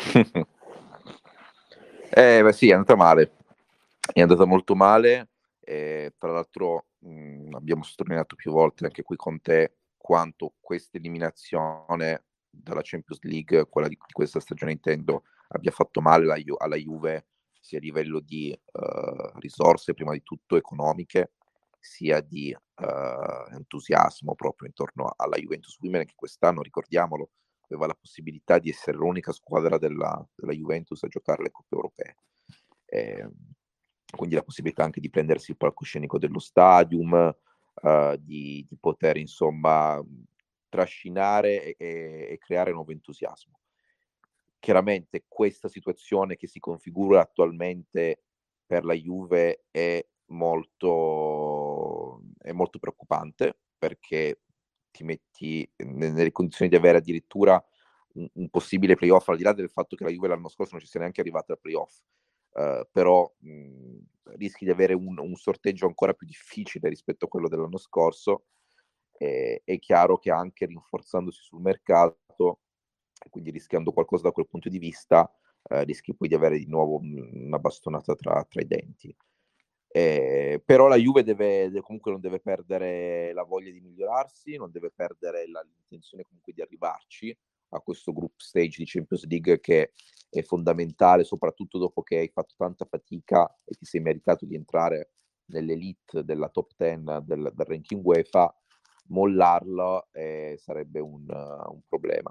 Eh, beh, sì, è andata male, è andata molto male. Eh, tra l'altro mh, abbiamo sottolineato più volte anche qui con te quanto questa eliminazione dalla Champions League, quella di, di questa stagione intendo, abbia fatto male alla, Ju- alla Juve, sia a livello di uh, risorse, prima di tutto economiche, sia di uh, entusiasmo proprio intorno alla Juventus Women, che quest'anno, ricordiamolo, aveva la possibilità di essere l'unica squadra della, della Juventus a giocare le coppe europee. Eh, quindi la possibilità anche di prendersi il palcoscenico dello stadium, uh, di, di poter insomma trascinare e, e creare nuovo entusiasmo. Chiaramente questa situazione che si configura attualmente per la Juve è molto, è molto preoccupante, perché ti metti nelle condizioni di avere addirittura un, un possibile playoff, al di là del fatto che la Juve l'anno scorso non ci sia neanche arrivata al playoff, uh, però mh, rischi di avere un, un sorteggio ancora più difficile rispetto a quello dell'anno scorso. Eh, è chiaro che anche rinforzandosi sul mercato, quindi rischiando qualcosa da quel punto di vista, eh, rischi poi di avere di nuovo una bastonata tra, tra i denti. Eh, però la Juve deve, deve, comunque non deve perdere la voglia di migliorarsi, non deve perdere la, l'intenzione comunque di arrivarci a questo group stage di Champions League, che è fondamentale, soprattutto dopo che hai fatto tanta fatica e ti sei meritato di entrare nell'elite della top dieci del, del ranking UEFA. Mollarlo eh, sarebbe un, uh, un problema.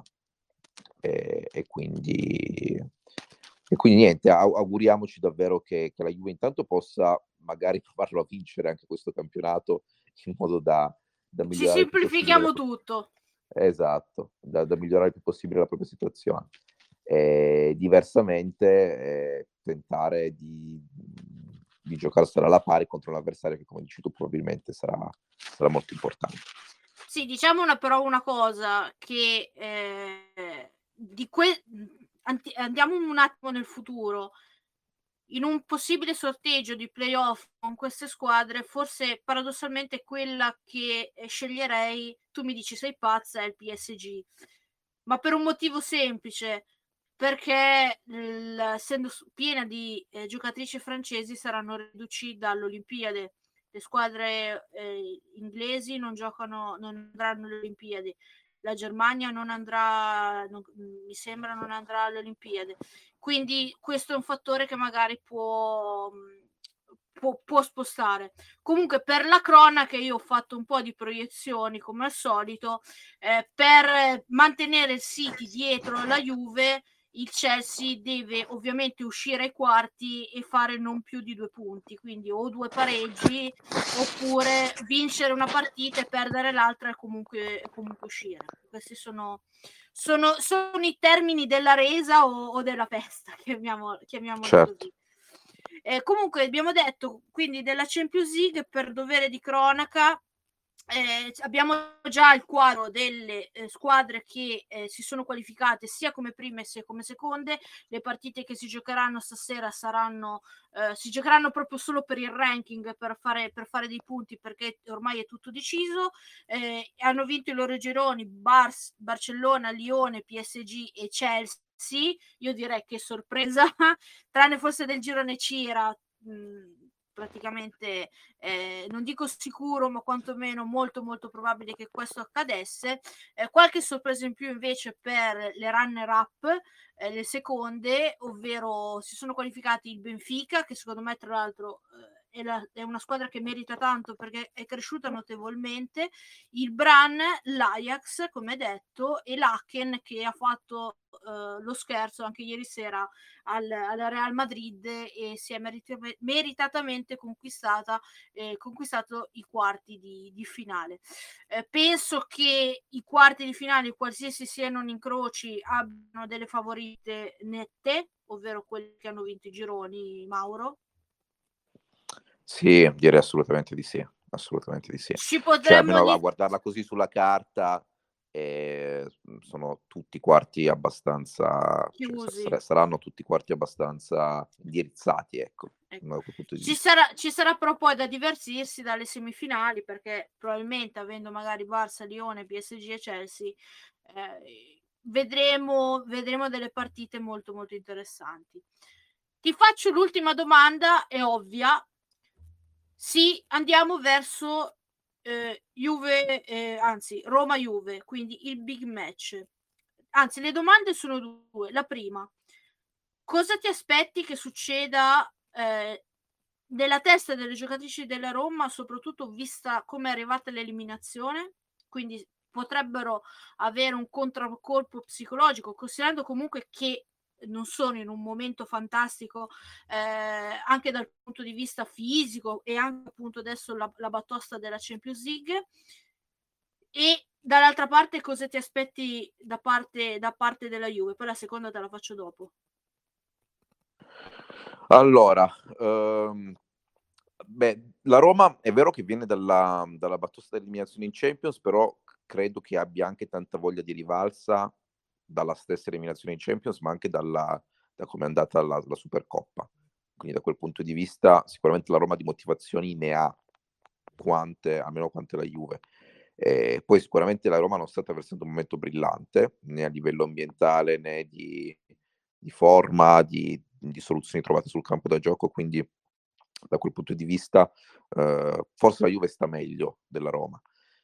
E, e quindi e quindi niente, auguriamoci davvero che, che la Juve intanto possa magari provarlo a vincere anche questo campionato, in modo da, da migliorare. Ci semplifichiamo tutto. Esatto, da, da migliorare il più possibile la propria situazione. E diversamente eh, tentare di, di giocarsela alla pari contro un avversario che, come dici tu, probabilmente sarà, sarà molto importante. Sì, diciamo una, però una cosa, che eh, di que- andiamo un attimo nel futuro. In un possibile sorteggio di playoff con queste squadre, forse paradossalmente quella che sceglierei, tu mi dici sei pazza, è il P S G, ma per un motivo semplice, perché l- essendo piena di eh, giocatrici francesi saranno riduci dall'Olimpiade. Le squadre eh, inglesi non giocano, non andranno alle Olimpiadi. La Germania non andrà, non, mi sembra non andrà alle Olimpiadi. Quindi questo è un fattore che magari può, può, può spostare. Comunque, per la cronaca io ho fatto un po' di proiezioni come al solito, eh, per mantenere il City dietro la Juve. Il Chelsea deve ovviamente uscire ai quarti e fare non più di due punti, quindi o due pareggi oppure vincere una partita e perdere l'altra e comunque, comunque uscire. Questi sono, sono, sono i termini della resa o, o della festa, chiamiamolo, chiamiamolo certo. così. Eh, comunque abbiamo detto quindi della Champions League, per dovere di cronaca, eh, abbiamo già il quadro delle eh, squadre che eh, si sono qualificate sia come prime sia come seconde. Le partite che si giocheranno stasera saranno eh, si giocheranno proprio solo per il ranking, per fare, per fare dei punti, perché ormai è tutto deciso. Eh, hanno vinto i loro gironi Bar- Barcellona, Lione, P S G e Chelsea. Io direi che sorpresa, tranne forse del girone Cira, mh, praticamente eh, non dico sicuro, ma quantomeno molto molto probabile che questo accadesse. Eh, qualche sorpresa in più invece per le runner up, eh, le seconde, ovvero si sono qualificati il Benfica, che secondo me tra l'altro eh, è, la, è una squadra che merita tanto perché è cresciuta notevolmente, il Bran, l'Ajax come detto, e l'Aken, che ha fatto eh, lo scherzo anche ieri sera al, al Real Madrid e si è merit- meritatamente conquistata eh, conquistato i quarti di, di finale. Eh, penso che i quarti di finale, qualsiasi siano in incroci, abbiano delle favorite nette, ovvero quelli che hanno vinto i gironi, Mauro. Sì, direi assolutamente di sì, assolutamente di sì. Ci Cioè, potremmo almeno a di... guardarla così sulla carta, eh, sono tutti quarti abbastanza, cioè, sa- chiusi. sar- saranno tutti quarti abbastanza indirizzati, ecco, Ecco. da quel punto di Ci vista. sarà, ci sarà però poi da divertirsi dalle semifinali, perché probabilmente avendo magari Barça, Lione, P S G e Chelsea, eh, vedremo, vedremo delle partite molto molto interessanti. Ti faccio l'ultima domanda, è ovvia. Sì, andiamo verso eh, Juve, eh, anzi Roma-Juve, quindi il big match. Anzi, le domande sono due. La prima, cosa ti aspetti che succeda eh, nella testa delle giocatrici della Roma, soprattutto vista come è arrivata l'eliminazione? Quindi potrebbero avere un contraccolpo psicologico, considerando comunque che non sono in un momento fantastico eh, anche dal punto di vista fisico, e anche appunto adesso la, la batosta della Champions League. E dall'altra parte cosa ti aspetti da parte, da parte della Juve? Poi la seconda te la faccio dopo. Allora, ehm, beh, la Roma è vero che viene dalla, dalla batosta dell'eliminazione in Champions, però credo che abbia anche tanta voglia di rivalsa dalla stessa eliminazione in Champions, ma anche dalla, da come è andata la, la Supercoppa. Quindi da quel punto di vista sicuramente la Roma di motivazioni ne ha quante, almeno quante la Juve. Eh, poi sicuramente la Roma non sta attraversando un momento brillante, né a livello ambientale né di, di forma, di, di soluzioni trovate sul campo da gioco, quindi da quel punto di vista eh, forse la Juve sta meglio della Roma.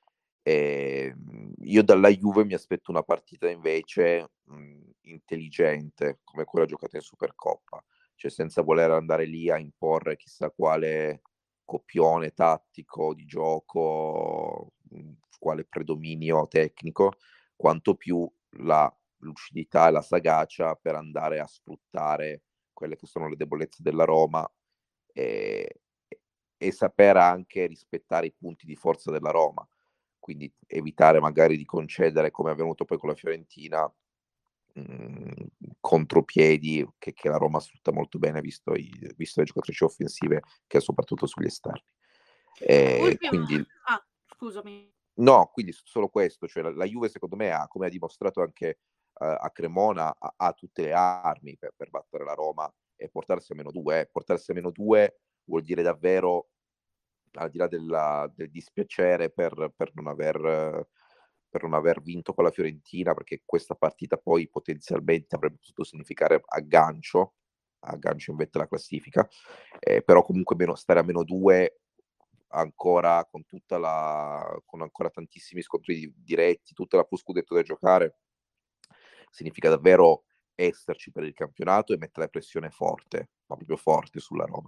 E io dalla Juve mi aspetto una partita invece mh, intelligente, come quella giocata in Supercoppa, cioè senza voler andare lì a imporre chissà quale copione tattico di gioco, mh, quale predominio tecnico, quanto più la lucidità e la sagacia per andare a sfruttare quelle che sono le debolezze della Roma e, e saper anche rispettare i punti di forza della Roma, quindi evitare magari di concedere, come è avvenuto poi con la Fiorentina, mh, contropiedi che, che la Roma sfrutta molto bene, visto, i, visto le giocatrici offensive che soprattutto sugli esterni. E Ultima... quindi Ah, scusami. no, quindi solo questo, cioè la, la Juve secondo me ha, come ha dimostrato anche uh, a Cremona, ha, ha, tutte le armi per, per battere la Roma e portarsi a meno due. Eh. Portarsi a meno due vuol dire davvero, al di là della, del dispiacere per, per, non aver, per non aver vinto con la Fiorentina, perché questa partita poi potenzialmente avrebbe potuto significare aggancio, aggancio in vetta alla classifica, eh, però comunque meno, stare a meno due ancora con tutta la con ancora tantissimi scontri diretti, tutta la plus scudetto da giocare, significa davvero esserci per il campionato e mettere pressione forte, ma proprio forte sulla Roma.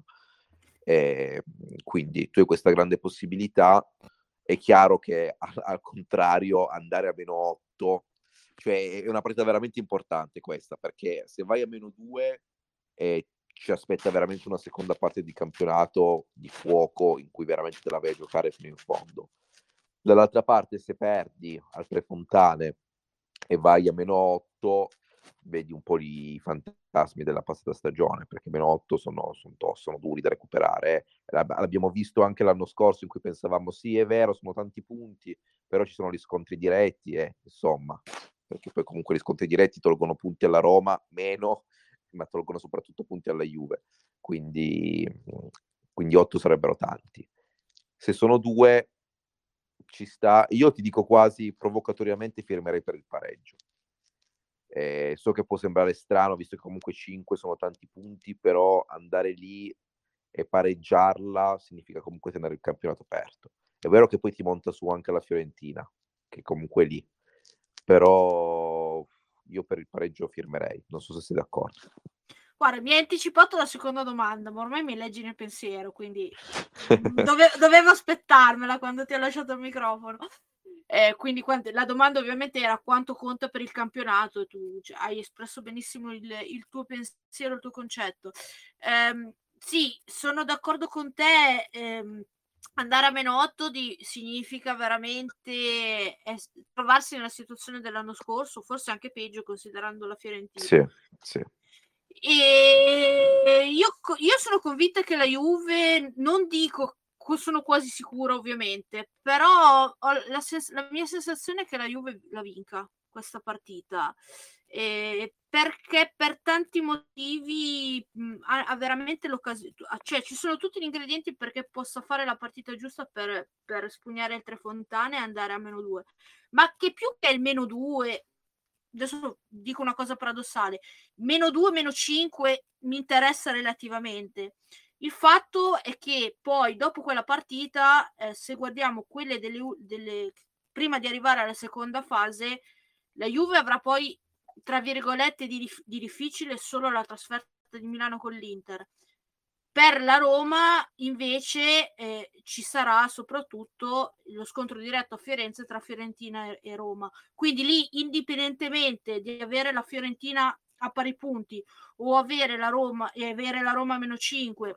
E quindi tu hai questa grande possibilità. È chiaro che al, al contrario andare a meno otto, cioè è una partita veramente importante questa, perché se vai a meno due eh, ci aspetta veramente una seconda parte di campionato di fuoco in cui veramente te la vai a giocare fino in fondo. Dall'altra parte se perdi al Prefontane e vai a meno otto, vedi un po' i fantasmi della passata stagione, perché meno otto sono, sono, sono duri da recuperare. Eh. L'abbiamo visto anche l'anno scorso in cui pensavamo sì è vero sono tanti punti, però ci sono gli scontri diretti e insomma, perché poi comunque gli scontri diretti tolgono punti alla Roma, meno, ma tolgono soprattutto punti alla Juve, quindi, quindi otto sarebbero tanti. Se sono due ci sta, io ti dico quasi provocatoriamente firmerei per il pareggio. Eh, so che può sembrare strano visto che comunque cinque sono tanti punti, però andare lì e pareggiarla significa comunque tenere il campionato aperto. È vero che poi ti monta su anche la Fiorentina, che comunque è lì, però io per il pareggio firmerei, non so se sei d'accordo. Guarda, mi hai anticipato la seconda domanda, ma ormai mi leggi nel pensiero, quindi dove, dovevo aspettarmela quando ti ho lasciato il microfono. Eh, quindi quando, la domanda ovviamente era quanto conta per il campionato, tu cioè, hai espresso benissimo il, il tuo pensiero, il tuo concetto. Eh, sì, sono d'accordo con te, ehm, andare a meno otto di, significa veramente es- trovarsi nella situazione dell'anno scorso, forse anche peggio considerando la Fiorentina. Sì, sì. E io, io sono convinta che la Juve, non dico, sono quasi sicura ovviamente, però ho la, sens- la mia sensazione è che la Juve la vinca questa partita, eh, perché per tanti motivi mh, ha, ha veramente l'occasione, cioè ci sono tutti gli ingredienti perché possa fare la partita giusta per, per spugnare il Trefontane e andare a meno due, ma che più che il meno due, adesso dico una cosa paradossale, meno due, meno cinque mi interessa relativamente. Il fatto è che poi dopo quella partita, eh, se guardiamo quelle delle, delle prima di arrivare alla seconda fase, la Juve avrà poi tra virgolette di, di difficile solo la trasferta di Milano con l'Inter. Per la Roma invece eh, ci sarà soprattutto lo scontro diretto a Firenze tra Fiorentina e, e Roma, quindi lì indipendentemente di avere la Fiorentina a pari punti o avere la Roma e avere la Roma a meno cinque,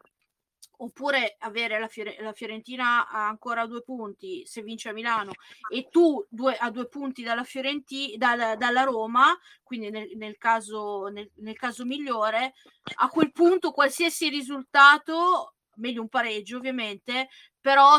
oppure avere la, Fiore- la Fiorentina a ancora due punti se vince a Milano e tu due, a due punti dalla Fiorentina, dal, dalla Roma, quindi nel, nel, caso, nel, nel caso migliore, a quel punto qualsiasi risultato, meglio un pareggio ovviamente, però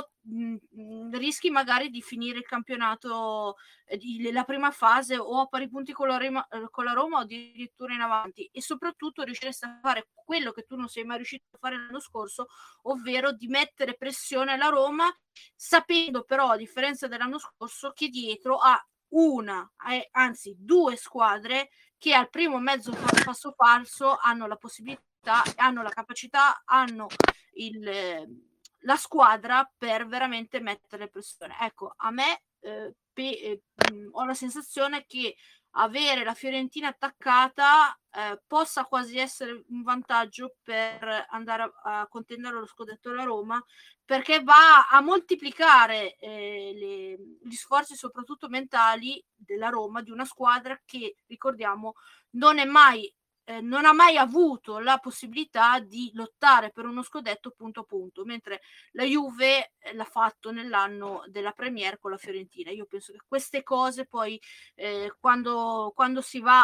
mh, rischi magari di finire il campionato, eh, di, la prima fase o a pari punti con la, Roma, con la Roma o addirittura in avanti, e soprattutto riusciresti a fare quello che tu non sei mai riuscito a fare l'anno scorso, ovvero di mettere pressione alla Roma, sapendo però, a differenza dell'anno scorso, che dietro ha una, eh, anzi due squadre che al primo mezzo passo falso hanno la possibilità, hanno la capacità, hanno il, eh, la squadra per veramente mettere pressione. Ecco, a me eh, pe, eh, mh, ho la sensazione che avere la Fiorentina attaccata eh, possa quasi essere un vantaggio per andare a, a contendere lo scudetto alla Roma, perché va a moltiplicare eh, le, gli sforzi soprattutto mentali della Roma, di una squadra che, ricordiamo, non è mai eh, non ha mai avuto la possibilità di lottare per uno scudetto punto a punto, mentre la Juve eh, l'ha fatto nell'anno della Premier con la Fiorentina. Io penso che queste cose poi eh, quando, quando si va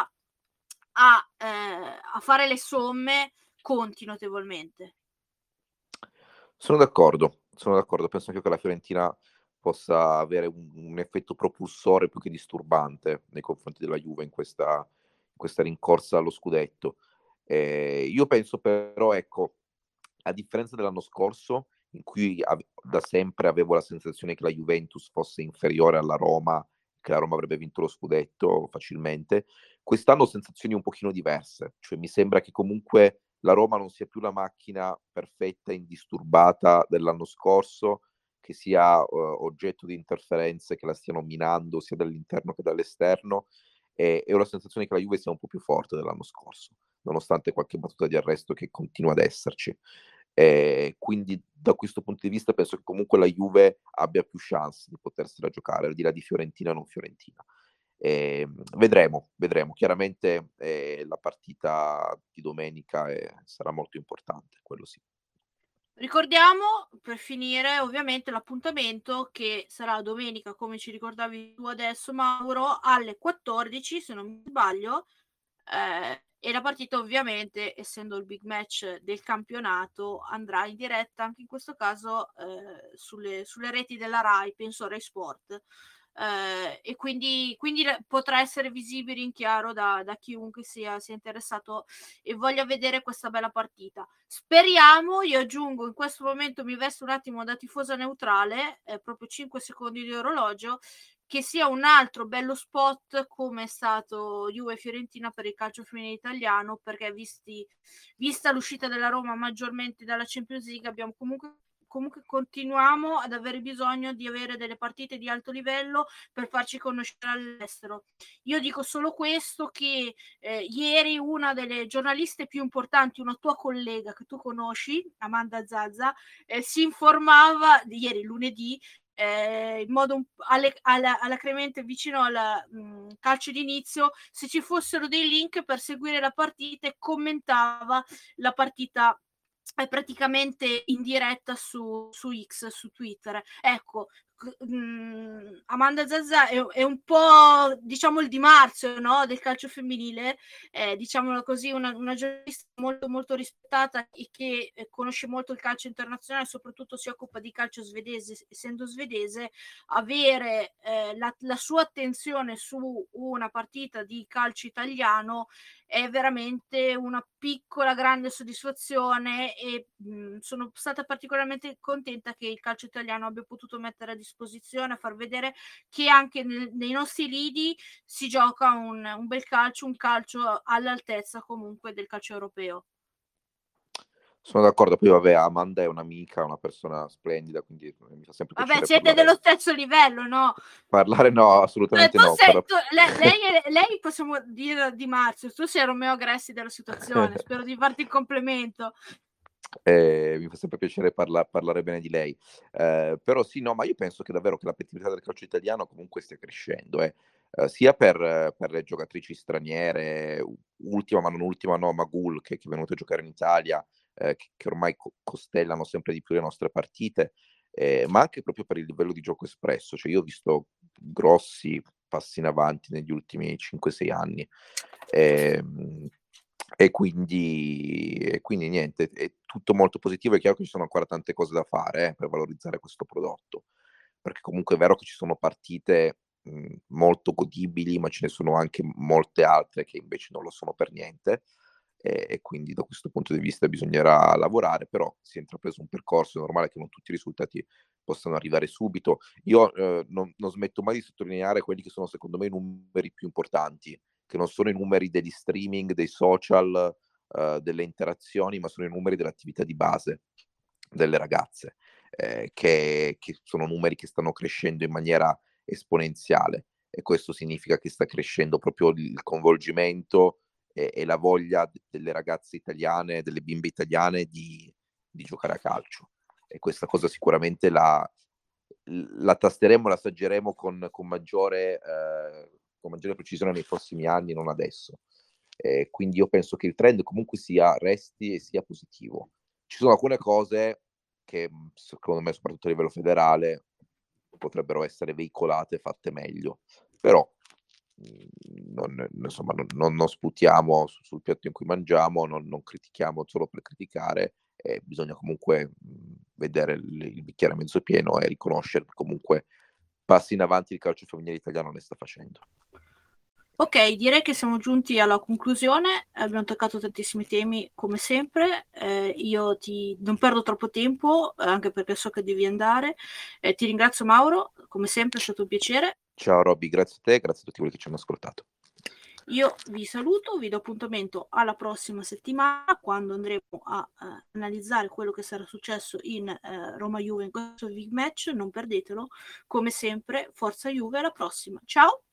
a, eh, a fare le somme conti notevolmente. Sono d'accordo, sono d'accordo, penso anche che la Fiorentina possa avere un, un effetto propulsore più che disturbante nei confronti della Juve in questa, in questa rincorsa allo scudetto. Eh, io penso però, ecco, a differenza dell'anno scorso, in cui ave- da sempre avevo la sensazione che la Juventus fosse inferiore alla Roma, che la Roma avrebbe vinto lo scudetto facilmente, quest'anno ho sensazioni un pochino diverse, cioè mi sembra che comunque la Roma non sia più la macchina perfetta, indisturbata dell'anno scorso, che sia uh, oggetto di interferenze che la stiano minando sia dall'interno che dall'esterno, e, e ho la sensazione che la Juve sia un po' più forte dell'anno scorso, nonostante qualche battuta di arresto che continua ad esserci. E quindi da questo punto di vista penso che comunque la Juve abbia più chance di potersela giocare, al di là di Fiorentina o non Fiorentina. Eh, vedremo, vedremo. Chiaramente eh, la partita di domenica eh, sarà molto importante, quello sì. Ricordiamo, per finire, ovviamente l'appuntamento che sarà domenica, come ci ricordavi tu adesso, Mauro, alle quattordici, se non mi sbaglio, eh, e la partita ovviamente, essendo il big match del campionato, andrà in diretta anche in questo caso eh, sulle, sulle reti della Rai, penso a Rai Sport. Eh, e quindi, quindi potrà essere visibile in chiaro da, da chiunque sia, sia interessato e voglia vedere questa bella partita. Speriamo, io aggiungo, in questo momento mi vesto un attimo da tifosa neutrale, eh, proprio cinque secondi di orologio, che sia un altro bello spot come è stato Juve Fiorentina per il calcio femminile italiano, perché visti, vista l'uscita della Roma maggiormente dalla Champions League, abbiamo comunque comunque continuiamo ad avere bisogno di avere delle partite di alto livello per farci conoscere all'estero. Io dico solo questo, che eh, ieri una delle giornaliste più importanti, una tua collega che tu conosci, Amanda Zazza, eh, si informava ieri lunedì eh, in modo un, alle, alla, alacremente vicino al mh, calcio d'inizio, se ci fossero dei link per seguire la partita, e commentava la partita è praticamente in diretta su, su X, su Twitter. Ecco, mh, Amanda Zazza è, è un po', diciamo, il Di Marzio, no? Del calcio femminile, eh, diciamolo così, una, una giornalista molto molto rispettata e che eh, conosce molto il calcio internazionale, soprattutto si occupa di calcio svedese, essendo svedese. Avere eh, la, la sua attenzione su una partita di calcio italiano è veramente una piccola grande soddisfazione, e mh, sono stata particolarmente contenta che il calcio italiano abbia potuto mettere a disposizione, a far vedere che anche nel, nei nostri lidi si gioca un, un bel calcio, un calcio all'altezza comunque del calcio europeo. Sono d'accordo, poi vabbè, Amanda è un'amica, una persona splendida, quindi mi fa sempre piacere. Vabbè, siete parlare... dello stesso livello, no? Parlare no, assolutamente tu no. Sei, Però... tu, lei, lei, lei possiamo dire Di Marzio, tu sei Romeo Agressi della situazione, spero di farti il complimento. Eh, mi fa sempre piacere parla- parlare bene di lei, eh, però sì, no, ma io penso che davvero che l'appetibilità del calcio italiano comunque stia crescendo, eh. Uh, sia per, per le giocatrici straniere, ultima ma non ultima, no, Magul, che, che è venuta a giocare in Italia, eh, che, che ormai co- costellano sempre di più le nostre partite, eh, ma anche proprio per il livello di gioco espresso. Cioè io ho visto grossi passi in avanti negli ultimi cinque sei anni. Eh, e quindi, e quindi niente, è tutto molto positivo. È chiaro che ci sono ancora tante cose da fare eh, per valorizzare questo prodotto, perché comunque è vero che ci sono partite mh, molto godibili, ma ce ne sono anche molte altre che invece non lo sono per niente, e, e quindi da questo punto di vista bisognerà lavorare, però si è intrapreso un percorso, è normale che non tutti i risultati possano arrivare subito. Io eh, non, non smetto mai di sottolineare quelli che sono secondo me i numeri più importanti, che non sono i numeri degli streaming, dei social, uh, delle interazioni, ma sono i numeri dell'attività di base delle ragazze, eh, che, che sono numeri che stanno crescendo in maniera esponenziale, e questo significa che sta crescendo proprio il coinvolgimento e, e la voglia delle ragazze italiane, delle bimbe italiane di, di giocare a calcio, e questa cosa sicuramente la, la tasteremo, la assaggeremo con, con maggiore eh, con maggiore precisione nei prossimi anni, non adesso. Eh, quindi io penso che il trend comunque sia resti e sia positivo. Ci sono alcune cose che secondo me, soprattutto a livello federale, potrebbero essere veicolate, fatte meglio, però non, insomma, non, non, non sputiamo sul piatto in cui mangiamo, non, non critichiamo solo per criticare, eh, bisogna comunque mh, vedere il, il bicchiere mezzo pieno e riconoscere che comunque passi in avanti il calcio femminile italiano ne sta facendo. Ok, direi che siamo giunti alla conclusione, abbiamo toccato tantissimi temi come sempre, eh, io ti non perdo troppo tempo, anche perché so che devi andare, eh, ti ringrazio Mauro, come sempre è stato un piacere. Ciao Robby, grazie a te, grazie a tutti quelli che ci hanno ascoltato. Io vi saluto, vi do appuntamento alla prossima settimana, quando andremo a uh, analizzare quello che sarà successo in uh, Roma-Juve in questo big match, non perdetelo, come sempre, forza Juve, alla prossima, ciao!